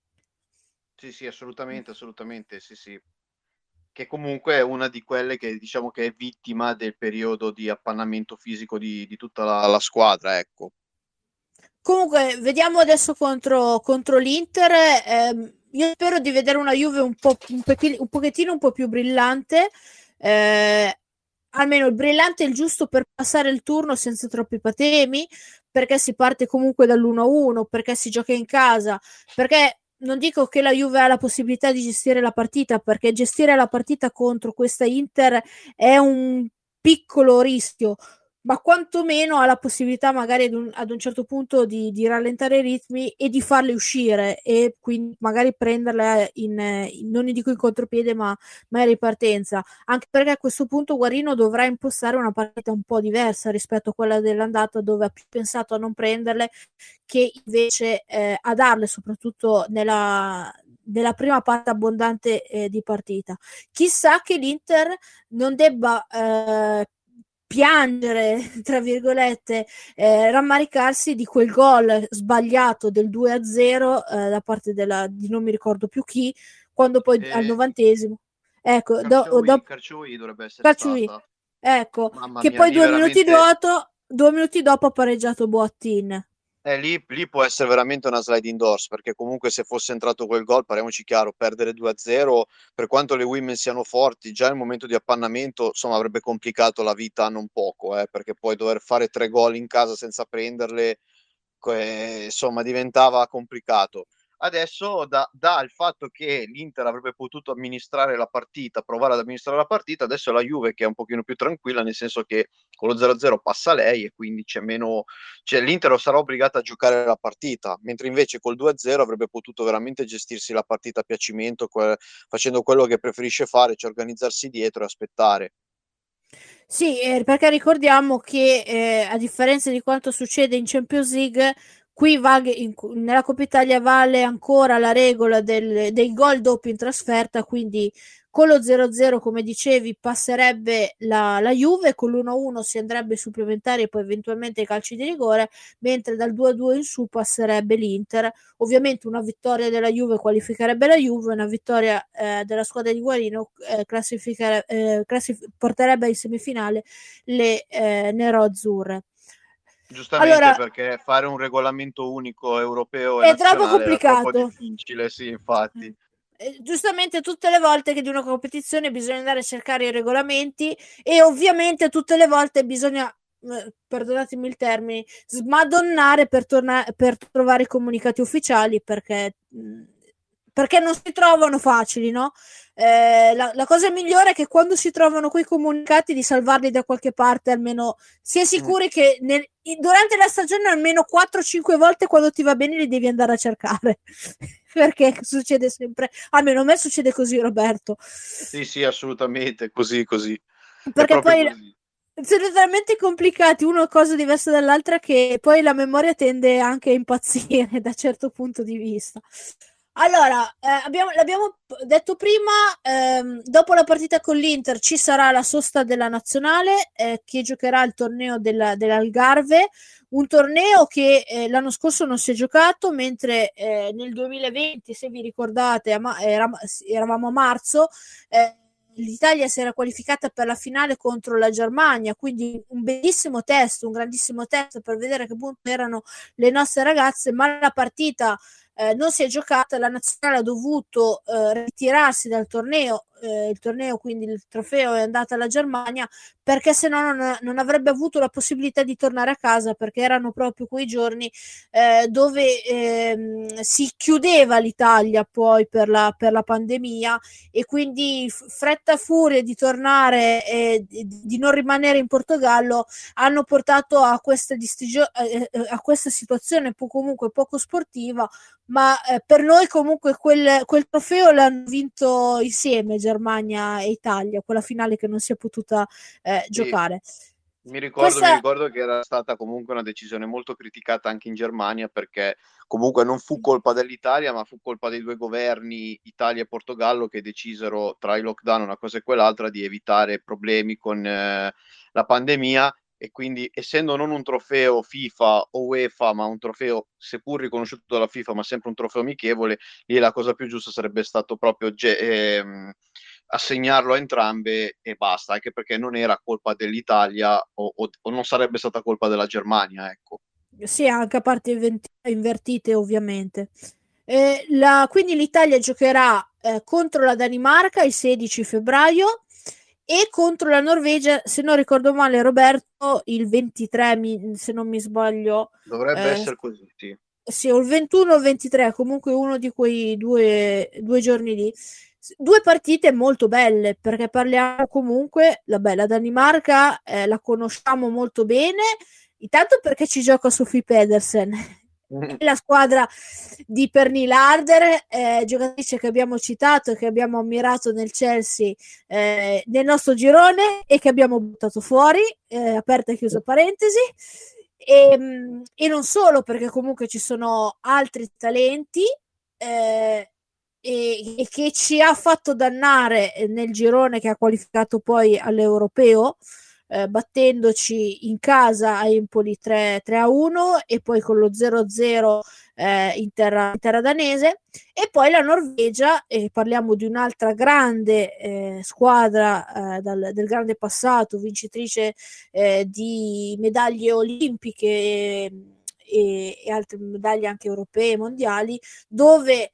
Sì, sì, assolutamente, assolutamente, sì, sì. Che comunque è una di quelle che diciamo che è vittima del periodo di appannamento fisico di tutta la squadra, ecco. Comunque, vediamo adesso contro l'Inter. Io spero di vedere una Juve un pochettino un po' più brillante. Almeno il brillante è il giusto per passare il turno senza troppi patemi, perché si parte comunque dall'1-1, perché si gioca in casa, perché non dico che la Juve ha la possibilità di gestire la partita, perché gestire la partita contro questa Inter è un piccolo rischio, ma quantomeno ha la possibilità magari ad un certo punto di rallentare i ritmi e di farle uscire e quindi magari prenderle non dico in contropiede ma in ripartenza, anche perché a questo punto Guarino dovrà impostare una partita un po' diversa rispetto a quella dell'andata, dove ha più pensato a non prenderle che invece a darle, soprattutto nella prima parte abbondante di partita. Chissà che l'Inter non debba piangere, tra virgolette, rammaricarsi di quel gol sbagliato del 2-0 da parte di non mi ricordo più chi, quando poi al E 90esimo, ecco, Carciui dovrebbe essere Calciui, stata. ecco, Mamma che mia, poi lì veramente. 2 minuti dopo ha pareggiato Boattin. Lì può essere veramente una sliding doors, perché comunque se fosse entrato quel gol, parliamoci chiaro, perdere 2-0, per quanto le women siano forti, già nel momento di appannamento, insomma, avrebbe complicato la vita non poco, perché poi dover fare 3 gol in casa senza prenderle, insomma, diventava complicato. Adesso, da il fatto che l'Inter avrebbe potuto amministrare la partita, provare ad amministrare la partita, adesso è la Juve che è un pochino più tranquilla, nel senso che con lo 0-0 passa lei e quindi c'è meno, cioè l'Inter sarà obbligata a giocare la partita, mentre invece col 2-0 avrebbe potuto veramente gestirsi la partita a piacimento, facendo quello che preferisce fare, cioè organizzarsi dietro e aspettare. Sì, perché ricordiamo che a differenza di quanto succede in Champions League, qui nella Coppa Italia vale ancora la regola dei gol doppi in trasferta, quindi con lo 0-0, come dicevi, passerebbe la Juve, con l'1-1 si andrebbe ai supplementari e poi eventualmente ai calci di rigore, mentre dal 2-2 in su passerebbe l'Inter. Ovviamente una vittoria della Juve qualificherebbe la Juve, una vittoria della squadra di Guarino porterebbe in semifinale le nero-azzurre. Giustamente Allora, perché fare un regolamento unico europeo e è troppo nazionale era troppo complicato. difficile, sì, infatti. Giustamente tutte le volte che di una competizione bisogna andare a cercare i regolamenti e ovviamente tutte le volte bisogna, perdonatemi il termine, smadonnare per trovare i comunicati ufficiali perché non si trovano facili, no? La cosa migliore è che quando si trovano quei comunicati di salvarli da qualche parte, almeno si è Mm. sicuri che durante la stagione almeno 4-5 volte quando ti va bene li devi andare a cercare. Perché succede sempre, almeno a me succede così, Roberto. Sì, sì, assolutamente, così, così. È Perché proprio poi così. sono talmente complicati, una cosa diversa dall'altra, che poi la memoria tende anche a impazzire da certo punto di vista. Allora, l'abbiamo detto prima, dopo la partita con l'Inter ci sarà la sosta della nazionale che giocherà il torneo dell'Algarve, un torneo che l'anno scorso non si è giocato, mentre nel 2020, se vi ricordate, eravamo a marzo, l'Italia si era qualificata per la finale contro la Germania, quindi un bellissimo test, un grandissimo test per vedere a che punto erano le nostre ragazze, ma la partita non si è giocata, la nazionale ha dovuto ritirarsi dal torneo, il torneo, quindi il trofeo è andato alla Germania, perché se no non avrebbe avuto la possibilità di tornare a casa, perché erano proprio quei giorni dove si chiudeva l'Italia poi per la pandemia, e quindi fretta e furia di tornare e di non rimanere in Portogallo hanno portato a a questa situazione comunque poco sportiva, ma per noi comunque quel trofeo l'hanno vinto insieme Germania e Italia, quella finale che non si è potuta Sì. giocare. Mi ricordo che era stata comunque una decisione molto criticata anche in Germania, perché comunque non fu colpa dell'Italia, ma fu colpa dei due governi, Italia e Portogallo, che decisero tra i lockdown, una cosa e quell'altra, di evitare problemi con la pandemia. E quindi, essendo non un trofeo FIFA o UEFA, ma un trofeo seppur riconosciuto dalla FIFA, ma sempre un trofeo amichevole, lì la cosa più giusta sarebbe stato proprio assegnarlo a entrambe e basta, anche perché non era colpa dell'Italia o non sarebbe stata colpa della Germania, ecco. Sì, anche a parti invertite, ovviamente. Quindi l'Italia giocherà contro la Danimarca il 16 febbraio e contro la Norvegia, se non ricordo male, Roberto, il 23, se non mi sbaglio. Dovrebbe essere così, sì. Sì, o il 21 o il 23, comunque uno di quei due giorni lì. Due partite molto belle, perché parliamo comunque, la Danimarca la conosciamo molto bene, intanto perché ci gioca Sofie Pedersen, la squadra di Pernille Harder, giocatrice che abbiamo citato e che abbiamo ammirato nel Chelsea, nel nostro girone, e che abbiamo buttato fuori, aperta e chiusa parentesi. E non solo, perché comunque ci sono altri talenti e che ci ha fatto dannare nel girone che ha qualificato poi all'Europeo, battendoci in casa a Empoli 3-1 e poi con lo 0-0 in terra danese. E poi la Norvegia, parliamo di un'altra grande squadra del grande passato, vincitrice di medaglie olimpiche e altre medaglie anche europee e mondiali, dove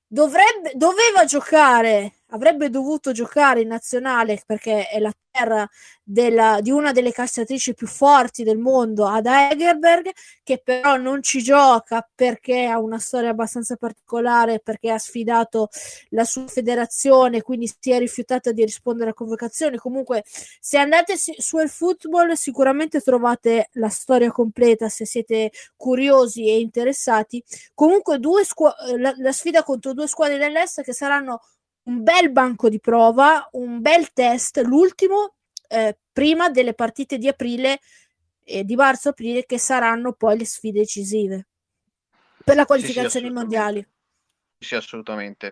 avrebbe dovuto giocare in nazionale, perché è la terra di una delle calciatrici più forti del mondo, Ada Hegerberg, che però non ci gioca perché ha una storia abbastanza particolare, perché ha sfidato la sua federazione, quindi si è rifiutata di rispondere a convocazioni. Comunque, se andate su El Football sicuramente trovate la storia completa, se siete curiosi e interessati. Comunque la sfida contro due squadre dell'Est che saranno un bel banco di prova, un bel test, l'ultimo prima delle partite di aprile, di marzo-aprile, che saranno poi le sfide decisive per la qualificazione ai mondiali. Sì, assolutamente.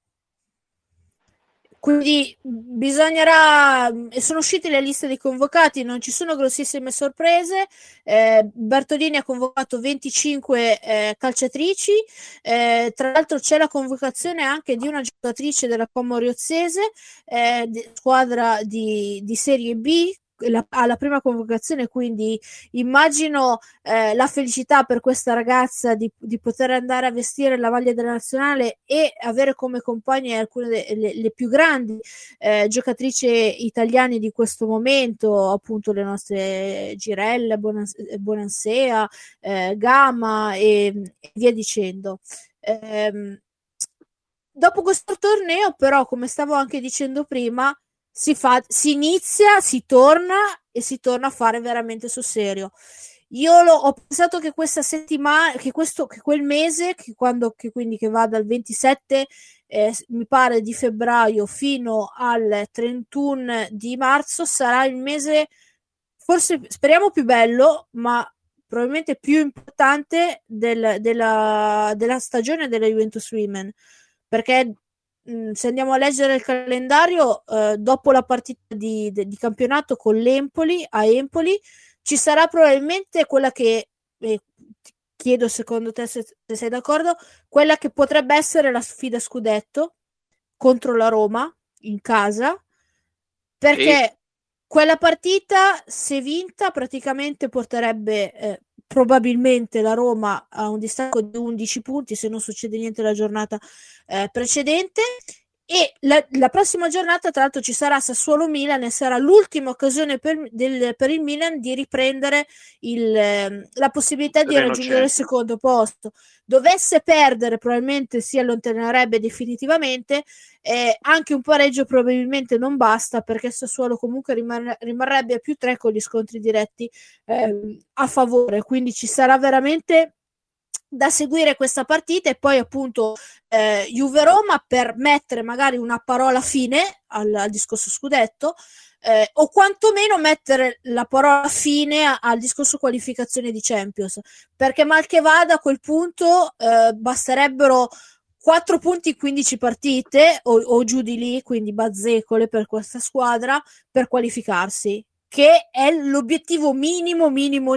Quindi bisognerà, sono uscite le liste dei convocati, non ci sono grossissime sorprese. Bertolini ha convocato 25 calciatrici, tra l'altro c'è la convocazione anche di una giocatrice della Como Riozzese, squadra di Serie B, alla prima convocazione, quindi immagino la felicità per questa ragazza di poter andare a vestire la maglia della nazionale e avere come compagne alcune le più grandi giocatrici italiane di questo momento, appunto le nostre Girella, Bonansea, Gama e via dicendo. Dopo questo torneo, però, come stavo anche dicendo prima, si inizia, si torna a fare veramente sul serio. Io ho pensato che questa settimana, che quel mese, quindi che va dal 27 mi pare di febbraio fino al 31 di marzo, sarà il mese, forse speriamo più bello, ma probabilmente più importante della stagione della Juventus Women, perché se andiamo a leggere il calendario, dopo la partita di campionato con l'Empoli a Empoli, ci sarà probabilmente quella che chiedo secondo te se sei d'accordo, quella che potrebbe essere la sfida scudetto contro la Roma in casa, perché quella partita, se vinta, praticamente porterebbe probabilmente la Roma a un distacco di 11 punti, se non succede niente la giornata precedente. E la prossima giornata, tra l'altro, ci sarà Sassuolo-Milan e sarà l'ultima occasione per il Milan di riprendere la possibilità di raggiungere il secondo posto. Dovesse perdere, probabilmente si allontanerebbe definitivamente. Anche un pareggio probabilmente non basta, perché Sassuolo comunque rimarrebbe a +3 con gli scontri diretti a favore, quindi ci sarà veramente da seguire questa partita, e poi appunto Juve-Roma, per mettere magari una parola fine al discorso scudetto, o quantomeno mettere la parola fine al discorso qualificazione di Champions, perché mal che vada a quel punto basterebbero 4 punti in 15 partite o giù di lì, quindi bazzecole per questa squadra per qualificarsi, che è l'obiettivo minimo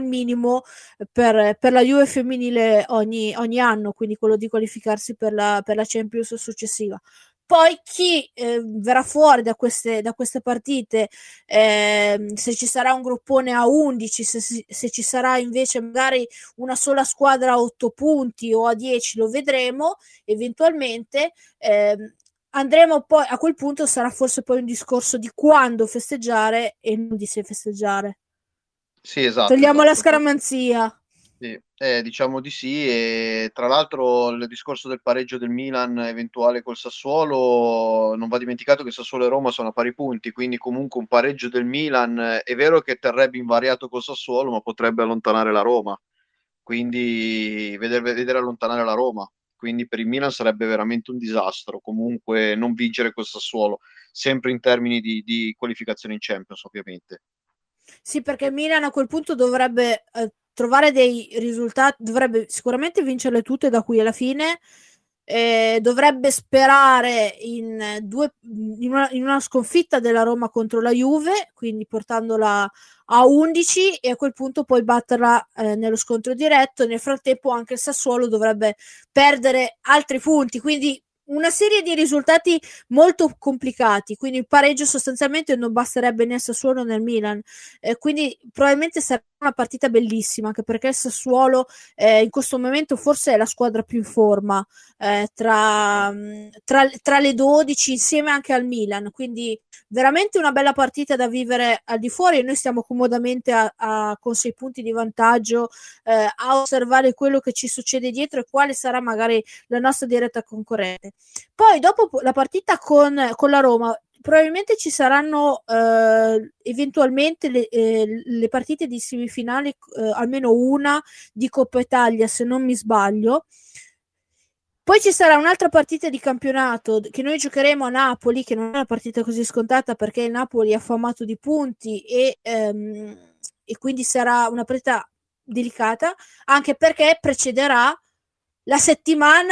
per la Juve femminile ogni anno, quindi quello di qualificarsi per la Champions successiva. Poi chi verrà fuori da queste partite, se ci sarà un gruppone a 11, se ci sarà invece magari una sola squadra a 8 punti o a 10, lo vedremo eventualmente. Andremo poi, a quel punto sarà forse poi un discorso di quando festeggiare e non di se festeggiare. Sì, esatto. Togliamo la scaramanzia. Sì, diciamo di sì, e tra l'altro il discorso del pareggio del Milan eventuale col Sassuolo, non va dimenticato che Sassuolo e Roma sono a pari punti, quindi comunque un pareggio del Milan è vero che terrebbe invariato col Sassuolo, ma potrebbe allontanare la Roma, quindi vedere allontanare la Roma, quindi per il Milan sarebbe veramente un disastro, comunque non vincere col Sassuolo, sempre in termini di qualificazione in Champions ovviamente. Sì, perché il Milan a quel punto dovrebbe trovare dei risultati, dovrebbe sicuramente vincerle tutte da qui alla fine, dovrebbe sperare in una sconfitta della Roma contro la Juve, quindi portandola a 11, e a quel punto poi batterla nello scontro diretto. Nel frattempo anche il Sassuolo dovrebbe perdere altri punti, quindi una serie di risultati molto complicati, quindi il pareggio sostanzialmente non basterebbe né a Sassuolo né al Milan, quindi probabilmente sarà una partita bellissima, anche perché il Sassuolo in questo momento forse è la squadra più in forma tra le 12, insieme anche al Milan, quindi veramente una bella partita da vivere al di fuori, e noi stiamo comodamente con 6 punti di vantaggio a osservare quello che ci succede dietro e quale sarà magari la nostra diretta concorrente. Poi dopo la partita con la Roma probabilmente ci saranno eventualmente le partite di semifinali, almeno una di Coppa Italia se non mi sbaglio. Poi ci sarà un'altra partita di campionato che noi giocheremo a Napoli, che non è una partita così scontata perché il Napoli è affamato di punti, e quindi sarà una partita delicata, anche perché precederà la settimana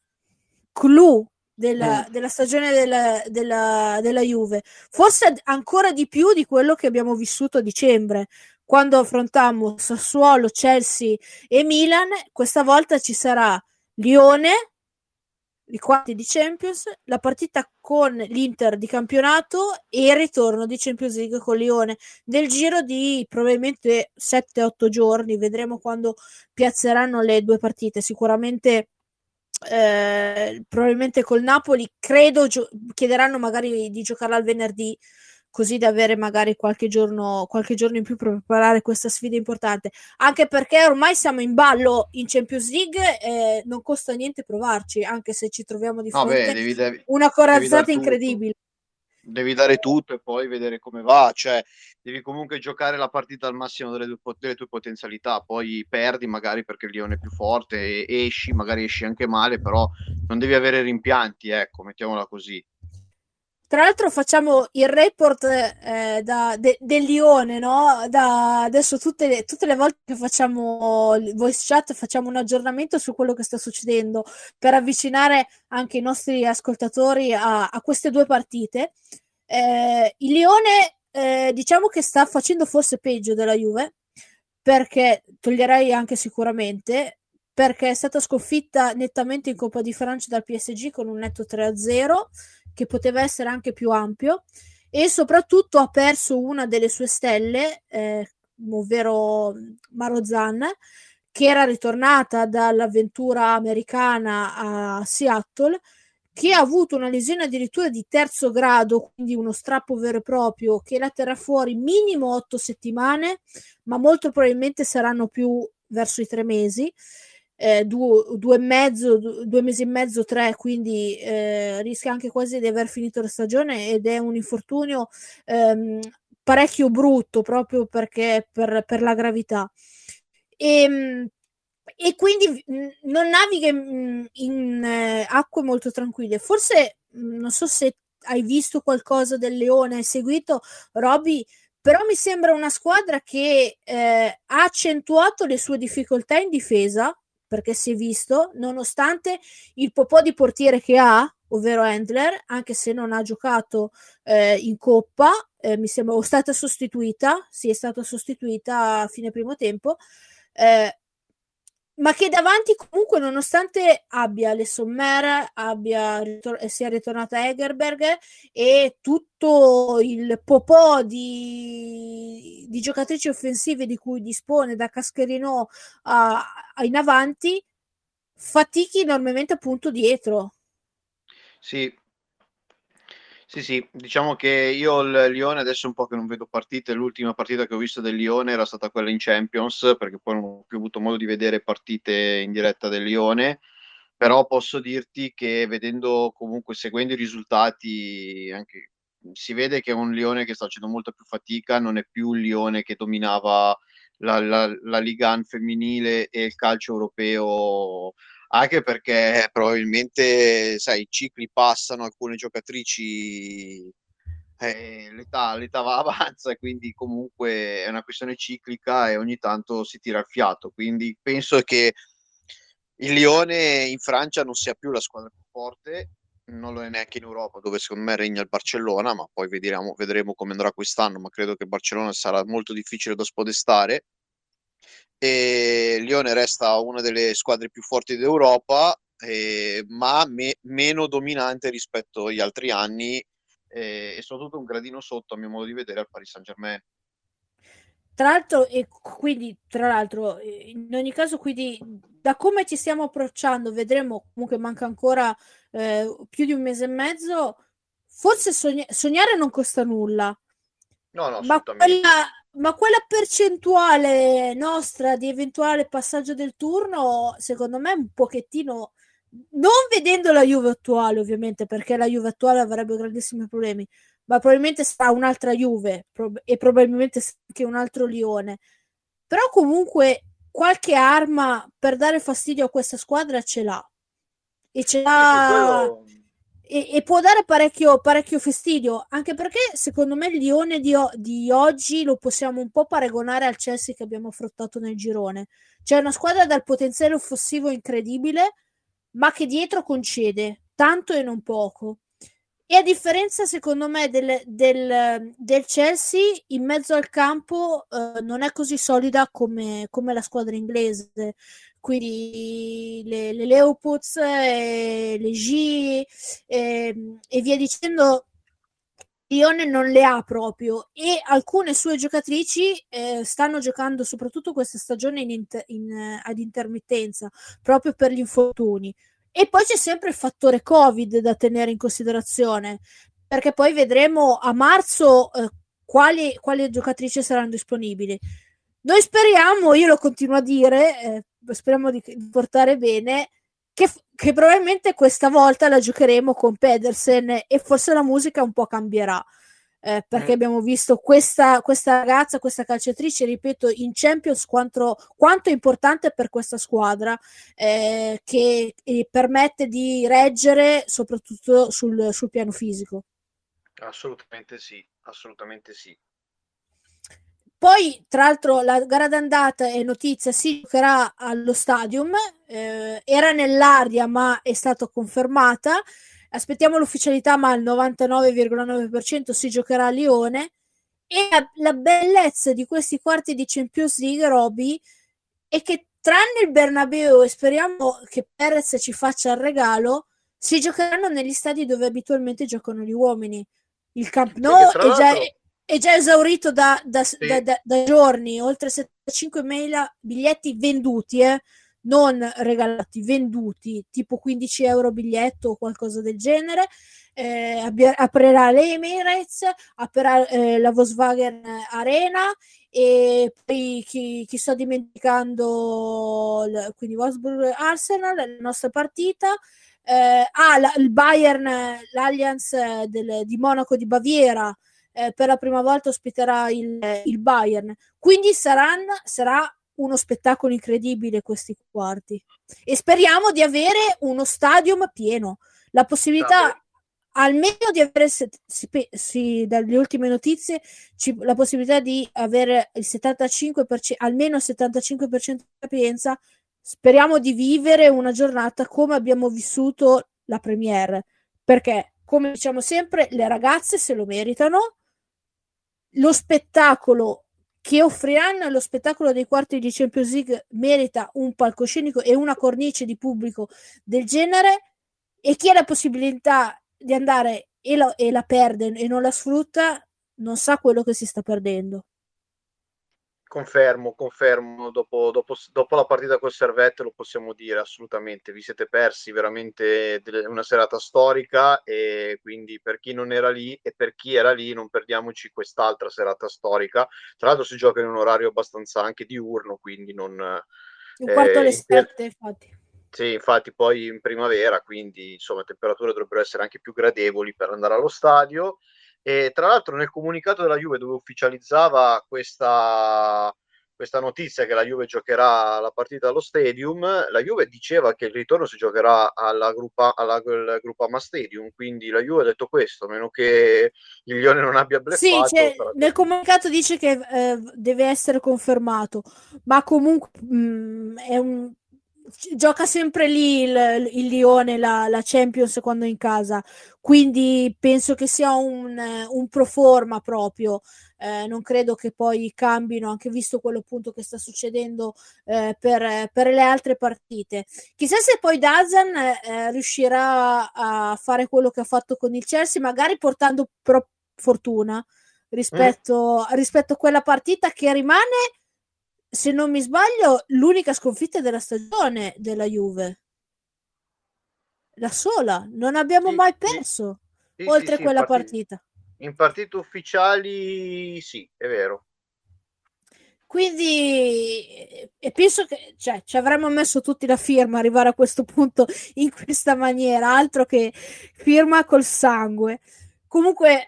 clou della stagione della Juve, forse ancora di più di quello che abbiamo vissuto a dicembre, quando affrontammo Sassuolo, Chelsea e Milan. Questa volta ci sarà Lione, i quarti di Champions, la partita con l'Inter di campionato e il ritorno di Champions League con Lione, nel giro di probabilmente 7-8 giorni. Vedremo quando piazzeranno le due partite. Sicuramente probabilmente col Napoli credo chiederanno magari di giocarla al venerdì, così da avere magari qualche giorno in più per preparare questa sfida importante, anche perché ormai siamo in ballo in Champions League e non costa niente provarci, anche se ci troviamo di fronte una corazzata incredibile. Devi dare tutto e poi vedere come va, cioè devi comunque giocare la partita al massimo delle tue potenzialità, poi perdi magari perché il Lione è più forte e magari esci anche male, però non devi avere rimpianti, ecco, mettiamola così. Tra l'altro facciamo il report del Lione, no? Adesso tutte le volte che facciamo il voice chat facciamo un aggiornamento su quello che sta succedendo, per avvicinare anche i nostri ascoltatori a queste due partite. Il Lione diciamo che sta facendo forse peggio della Juve, perché toglierei anche sicuramente, perché è stata sconfitta nettamente in Coppa di Francia dal PSG con un netto 3-0, che poteva essere anche più ampio, e soprattutto ha perso una delle sue stelle, ovvero Marozan, che era ritornata dall'avventura americana a Seattle, che ha avuto una lesione addirittura di terzo grado, quindi uno strappo vero e proprio, che la terrà fuori minimo 8 settimane, ma molto probabilmente saranno più verso i 3 mesi. 2 mesi e mezzo, 3, quindi rischia anche quasi di aver finito la stagione, ed è un infortunio parecchio brutto, proprio perché per la gravità. e quindi non naviga in acque molto tranquille. Forse non so se hai visto qualcosa del Lione, hai seguito Roby, però mi sembra una squadra che ha accentuato le sue difficoltà in difesa, perché si è visto, nonostante il popò di portiere che ha, ovvero Handler, anche se non ha giocato in Coppa, mi sembra, o è stata sostituita, sì, è stata sostituita a fine primo tempo, ma che davanti comunque, nonostante abbia le Sommer, sia ritornata Egerberg e tutto il popò di giocatrici offensive di cui dispone, da Cascherino in avanti, fatichi enormemente appunto dietro. Sì. Sì, diciamo che io il Lione adesso è un po' che non vedo partite, l'ultima partita che ho visto del Lione era stata quella in Champions, perché poi non ho più avuto modo di vedere partite in diretta del Lione, però posso dirti che vedendo comunque, seguendo i risultati, anche, si vede che è un Lione che sta facendo molta più fatica, non è più il Lione che dominava la Liga 1 femminile e il calcio europeo, anche perché probabilmente, sai, i cicli passano, alcune giocatrici, l'età va avanza, e quindi comunque è una questione ciclica e ogni tanto si tira il fiato, quindi penso che il Lione in Francia non sia più la squadra più forte, non lo è neanche in Europa, dove secondo me regna il Barcellona, ma poi vedremo come andrà quest'anno, ma credo che il Barcellona sarà molto difficile da spodestare, e Lione resta una delle squadre più forti d'Europa, ma meno dominante rispetto agli altri anni, e soprattutto un gradino sotto, a mio modo di vedere, al Paris Saint-Germain. Tra l'altro, e quindi, tra l'altro, in ogni caso, quindi, da come ci stiamo approcciando, vedremo, comunque manca ancora più di un mese e mezzo, forse sognare non costa nulla, No, no, ma assolutamente. quella percentuale nostra di eventuale passaggio del turno, secondo me, un pochettino, non vedendo la Juve attuale, ovviamente, perché la Juve attuale avrebbe grandissimi problemi, ma probabilmente sarà un'altra Juve e probabilmente anche un altro Lione. Però comunque qualche arma per dare fastidio a questa squadra ce l'ha. E ce Sì, l'ha quello. e può dare parecchio fastidio, anche perché secondo me il Lione di oggi lo possiamo un po' paragonare al Chelsea che abbiamo affrontato nel girone. C'è una squadra dal potenziale offensivo incredibile, ma che dietro concede tanto e non poco. E a differenza, secondo me, del Chelsea, in mezzo al campo non è così solida come la squadra inglese. Quindi le Leopold, le G e via dicendo, Lione non le ha proprio, e alcune sue giocatrici stanno giocando soprattutto questa stagione ad intermittenza, proprio per gli infortuni. E poi c'è sempre il fattore Covid da tenere in considerazione, perché poi vedremo a marzo quali giocatrici saranno disponibili. Noi speriamo, io lo continuo a dire, speriamo di portare bene, che probabilmente questa volta la giocheremo con Pedersen e forse la musica un po' cambierà. Perché abbiamo visto questa ragazza, questa calciatrice, ripeto, in Champions quanto è importante per questa squadra, che permette di reggere soprattutto sul piano fisico. Assolutamente sì, assolutamente sì. Poi, tra l'altro, la gara d'andata è notizia, si giocherà allo Stadium, era nell'aria ma è stata confermata, aspettiamo l'ufficialità, ma al 99,9% si giocherà a Lione, e la bellezza di questi quarti di Champions League, Roby, è che tranne il Bernabeu, e speriamo che Perez ci faccia il regalo, si giocheranno negli stadi dove abitualmente giocano gli uomini. Il Camp Sì, che Nou tra l'altro, è già esaurito da sì, giorni, oltre 75.000 biglietti venduti, non regalati, venduti, tipo 15 euro biglietto o qualcosa del genere. Aprirà l'Emirates, aprirà la Volkswagen Arena, e poi chi sto dimenticando, quindi Wolfsburg Arsenal, la nostra partita. Il Bayern, l'Allianz di Monaco di Baviera, per la prima volta ospiterà il Bayern, quindi sarà uno spettacolo incredibile questi quarti, e speriamo di avere uno stadium pieno, la possibilità almeno di avere dalle ultime notizie la possibilità di avere il 75%, almeno il 75% di capienza. Speriamo di vivere una giornata come abbiamo vissuto la premiere, perché come diciamo sempre le ragazze se lo meritano, lo spettacolo che offriranno, lo spettacolo dei quarti di Champions League merita un palcoscenico e una cornice di pubblico del genere, e chi ha la possibilità di andare e la perde e non la sfrutta non sa quello che si sta perdendo. Confermo, dopo la partita col Servette lo possiamo dire assolutamente, vi siete persi veramente una serata storica, e quindi per chi non era lì e per chi era lì non perdiamoci quest'altra serata storica. Tra l'altro si gioca in un orario abbastanza anche diurno, quindi non... Un quarto alle 7, infatti. Sì, infatti poi in primavera, quindi insomma le temperature dovrebbero essere anche più gradevoli per andare allo stadio. E tra l'altro nel comunicato della Juve, dove ufficializzava questa notizia che la Juve giocherà la partita allo Stadium, la Juve diceva che il ritorno si giocherà al Groupama Stadium, quindi la Juve ha detto questo, a meno che il Lione non abbia Sì, bleffato. nel comunicato dice che deve essere confermato, ma comunque gioca sempre lì il Lione, la Champions quando è in casa, quindi penso che sia un pro forma proprio. Non credo che poi cambino, anche visto quello appunto che sta succedendo per le altre partite. Chissà se poi Dazan riuscirà a fare quello che ha fatto con il Chelsea, magari portando fortuna rispetto a quella partita che rimane, se non mi sbaglio, l'unica sconfitta della stagione della Juve, la sola, non abbiamo mai perso oltre quella partita. In partite ufficiali sì, è vero. Quindi e penso che ci avremmo messo tutti la firma arrivare a questo punto in questa maniera, altro che firma col sangue. Comunque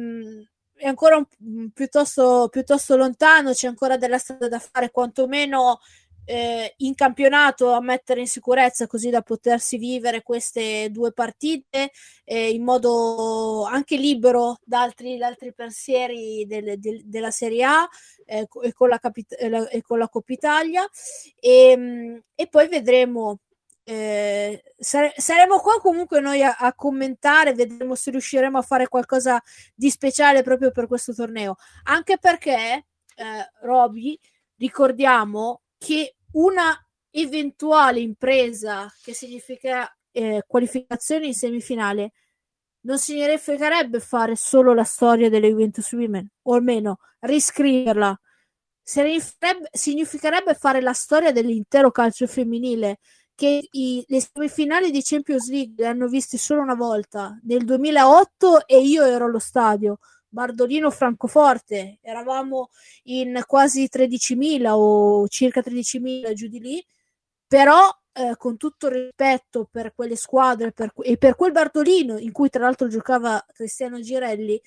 è ancora piuttosto lontano, c'è ancora della strada da fare, quantomeno in campionato, a mettere in sicurezza, così da potersi vivere queste due partite in modo anche libero da altri pensieri della Serie A e con la Coppa Italia, e poi vedremo. Saremo qua comunque noi a commentare, vedremo se riusciremo a fare qualcosa di speciale proprio per questo torneo, anche perché Roby, ricordiamo che una eventuale impresa che significa qualificazione in semifinale non significherebbe fare solo la storia delle Juventus Women, o almeno riscriverla. Significherebbe fare la storia dell'intero calcio femminile, che le semifinali di Champions League le hanno viste solo una volta, nel 2008, e io ero allo stadio. Bardolino-Francoforte, eravamo in quasi 13.000 o circa 13.000 giù di lì, però con tutto il rispetto per quelle squadre e per quel Bartolino in cui tra l'altro giocava Cristiano Girelli,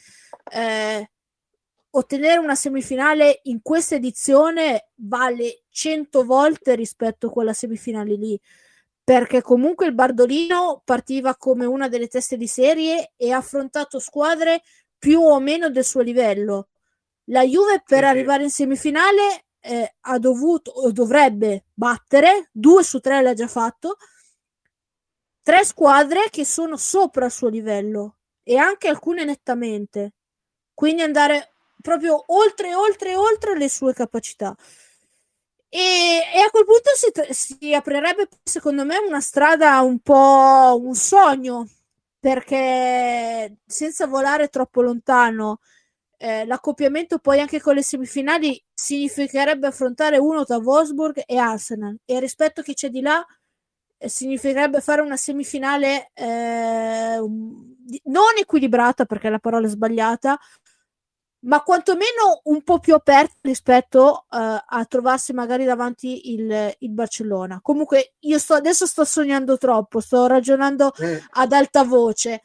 ottenere una semifinale in questa edizione vale 100 volte rispetto a quella semifinale lì, perché comunque il Bardolino partiva come una delle teste di serie e ha affrontato squadre più o meno del suo livello. La Juve per arrivare in semifinale ha dovuto o dovrebbe battere 2 su 3, l'ha già fatto, 3 squadre che sono sopra il suo livello e anche alcune nettamente, quindi andare proprio oltre le sue capacità, e a quel punto si aprirebbe secondo me una strada, un po' un sogno, perché senza volare troppo lontano l'accoppiamento poi anche con le semifinali significherebbe affrontare uno tra Wolfsburg e Arsenal, e rispetto a chi c'è di là significherebbe fare una semifinale non equilibrata, perché la parola è sbagliata, ma quantomeno un po' più aperta rispetto a trovarsi magari davanti il Barcellona. Comunque io adesso sto sognando troppo, sto ragionando ad alta voce,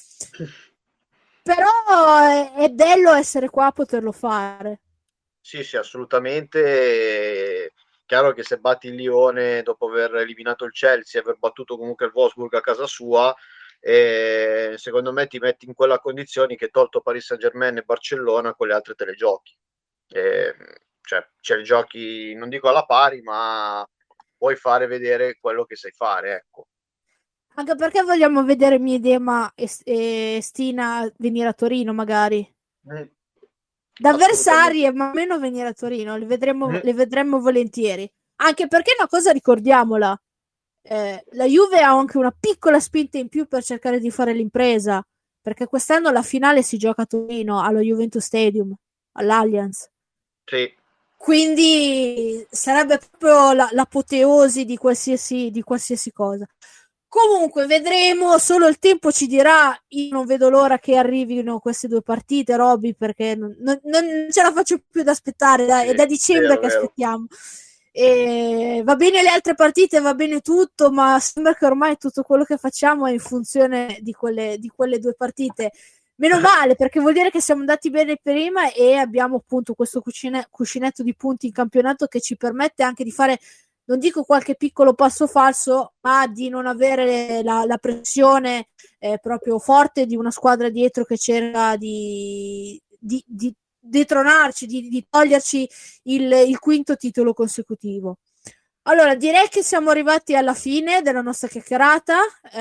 però è bello essere qua a poterlo fare. Sì, assolutamente. chiaro che se batti il Lione dopo aver eliminato il Chelsea e aver battuto comunque il Wolfsburg a casa sua, secondo me ti metti in quella condizione che, tolto Paris Saint-Germain e Barcellona, con le altre te le giochi. Cioè, ce le giochi, non dico alla pari, ma puoi fare vedere quello che sai fare, ecco. Anche perché vogliamo vedere Miedema e Stina venire a Torino, magari. Da avversari, ma meno venire a Torino, le vedremmo volentieri. Anche perché una cosa ricordiamola, la Juve ha anche una piccola spinta in più per cercare di fare l'impresa, perché quest'anno la finale si gioca a Torino, allo Juventus Stadium, all'Allianz. Sì. Quindi sarebbe proprio l'apoteosi di qualsiasi cosa. Comunque vedremo, solo il tempo ci dirà. Io non vedo l'ora che arrivino queste due partite, Robby, perché non ce la faccio più da aspettare, è da dicembre che aspettiamo. E va bene le altre partite, va bene tutto, ma sembra che ormai tutto quello che facciamo è in funzione di quelle due partite. Meno male, perché vuol dire che siamo andati bene prima e abbiamo appunto questo cuscinetto di punti in campionato che ci permette anche di fare, non dico qualche piccolo passo falso, ma di non avere la pressione proprio forte di una squadra dietro che cerca di detronarci, di toglierci il quinto titolo consecutivo. Allora, direi che siamo arrivati alla fine della nostra chiacchierata,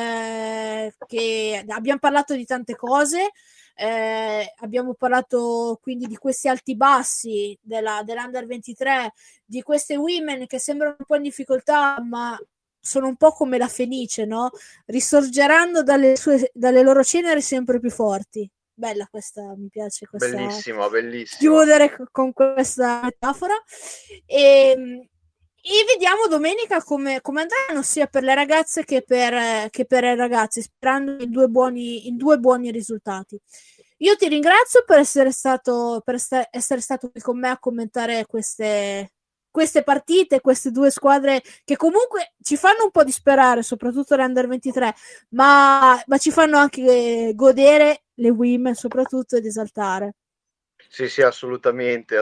che abbiamo parlato di tante cose, abbiamo parlato quindi di questi alti bassi dell'Under 23, di queste women che sembrano un po' in difficoltà, ma sono un po' come la Fenice, no? Risorgeranno dalle loro ceneri sempre più forti. Bella questa, mi piace questa. Bellissimo. Chiudere con questa metafora. E vediamo domenica come andranno sia per le ragazze che per i ragazzi, sperando in due buoni risultati. Io ti ringrazio per essere stato qui con me a commentare queste partite, queste due squadre che comunque ci fanno un po' disperare, soprattutto l'Under 23, ma ci fanno anche godere le women soprattutto ed esaltare. Sì, assolutamente.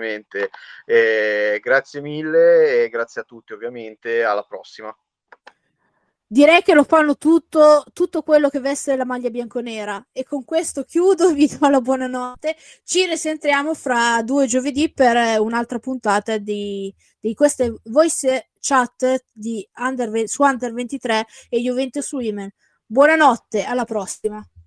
Grazie mille e grazie a tutti, ovviamente. Alla prossima. Direi che lo fanno tutto quello che veste la maglia bianconera, e con questo chiudo, vi do la buonanotte. Ci risentiremo fra 2 giovedì per un'altra puntata di queste voice chat su Under 23 e Juventus Women. Buonanotte, alla prossima.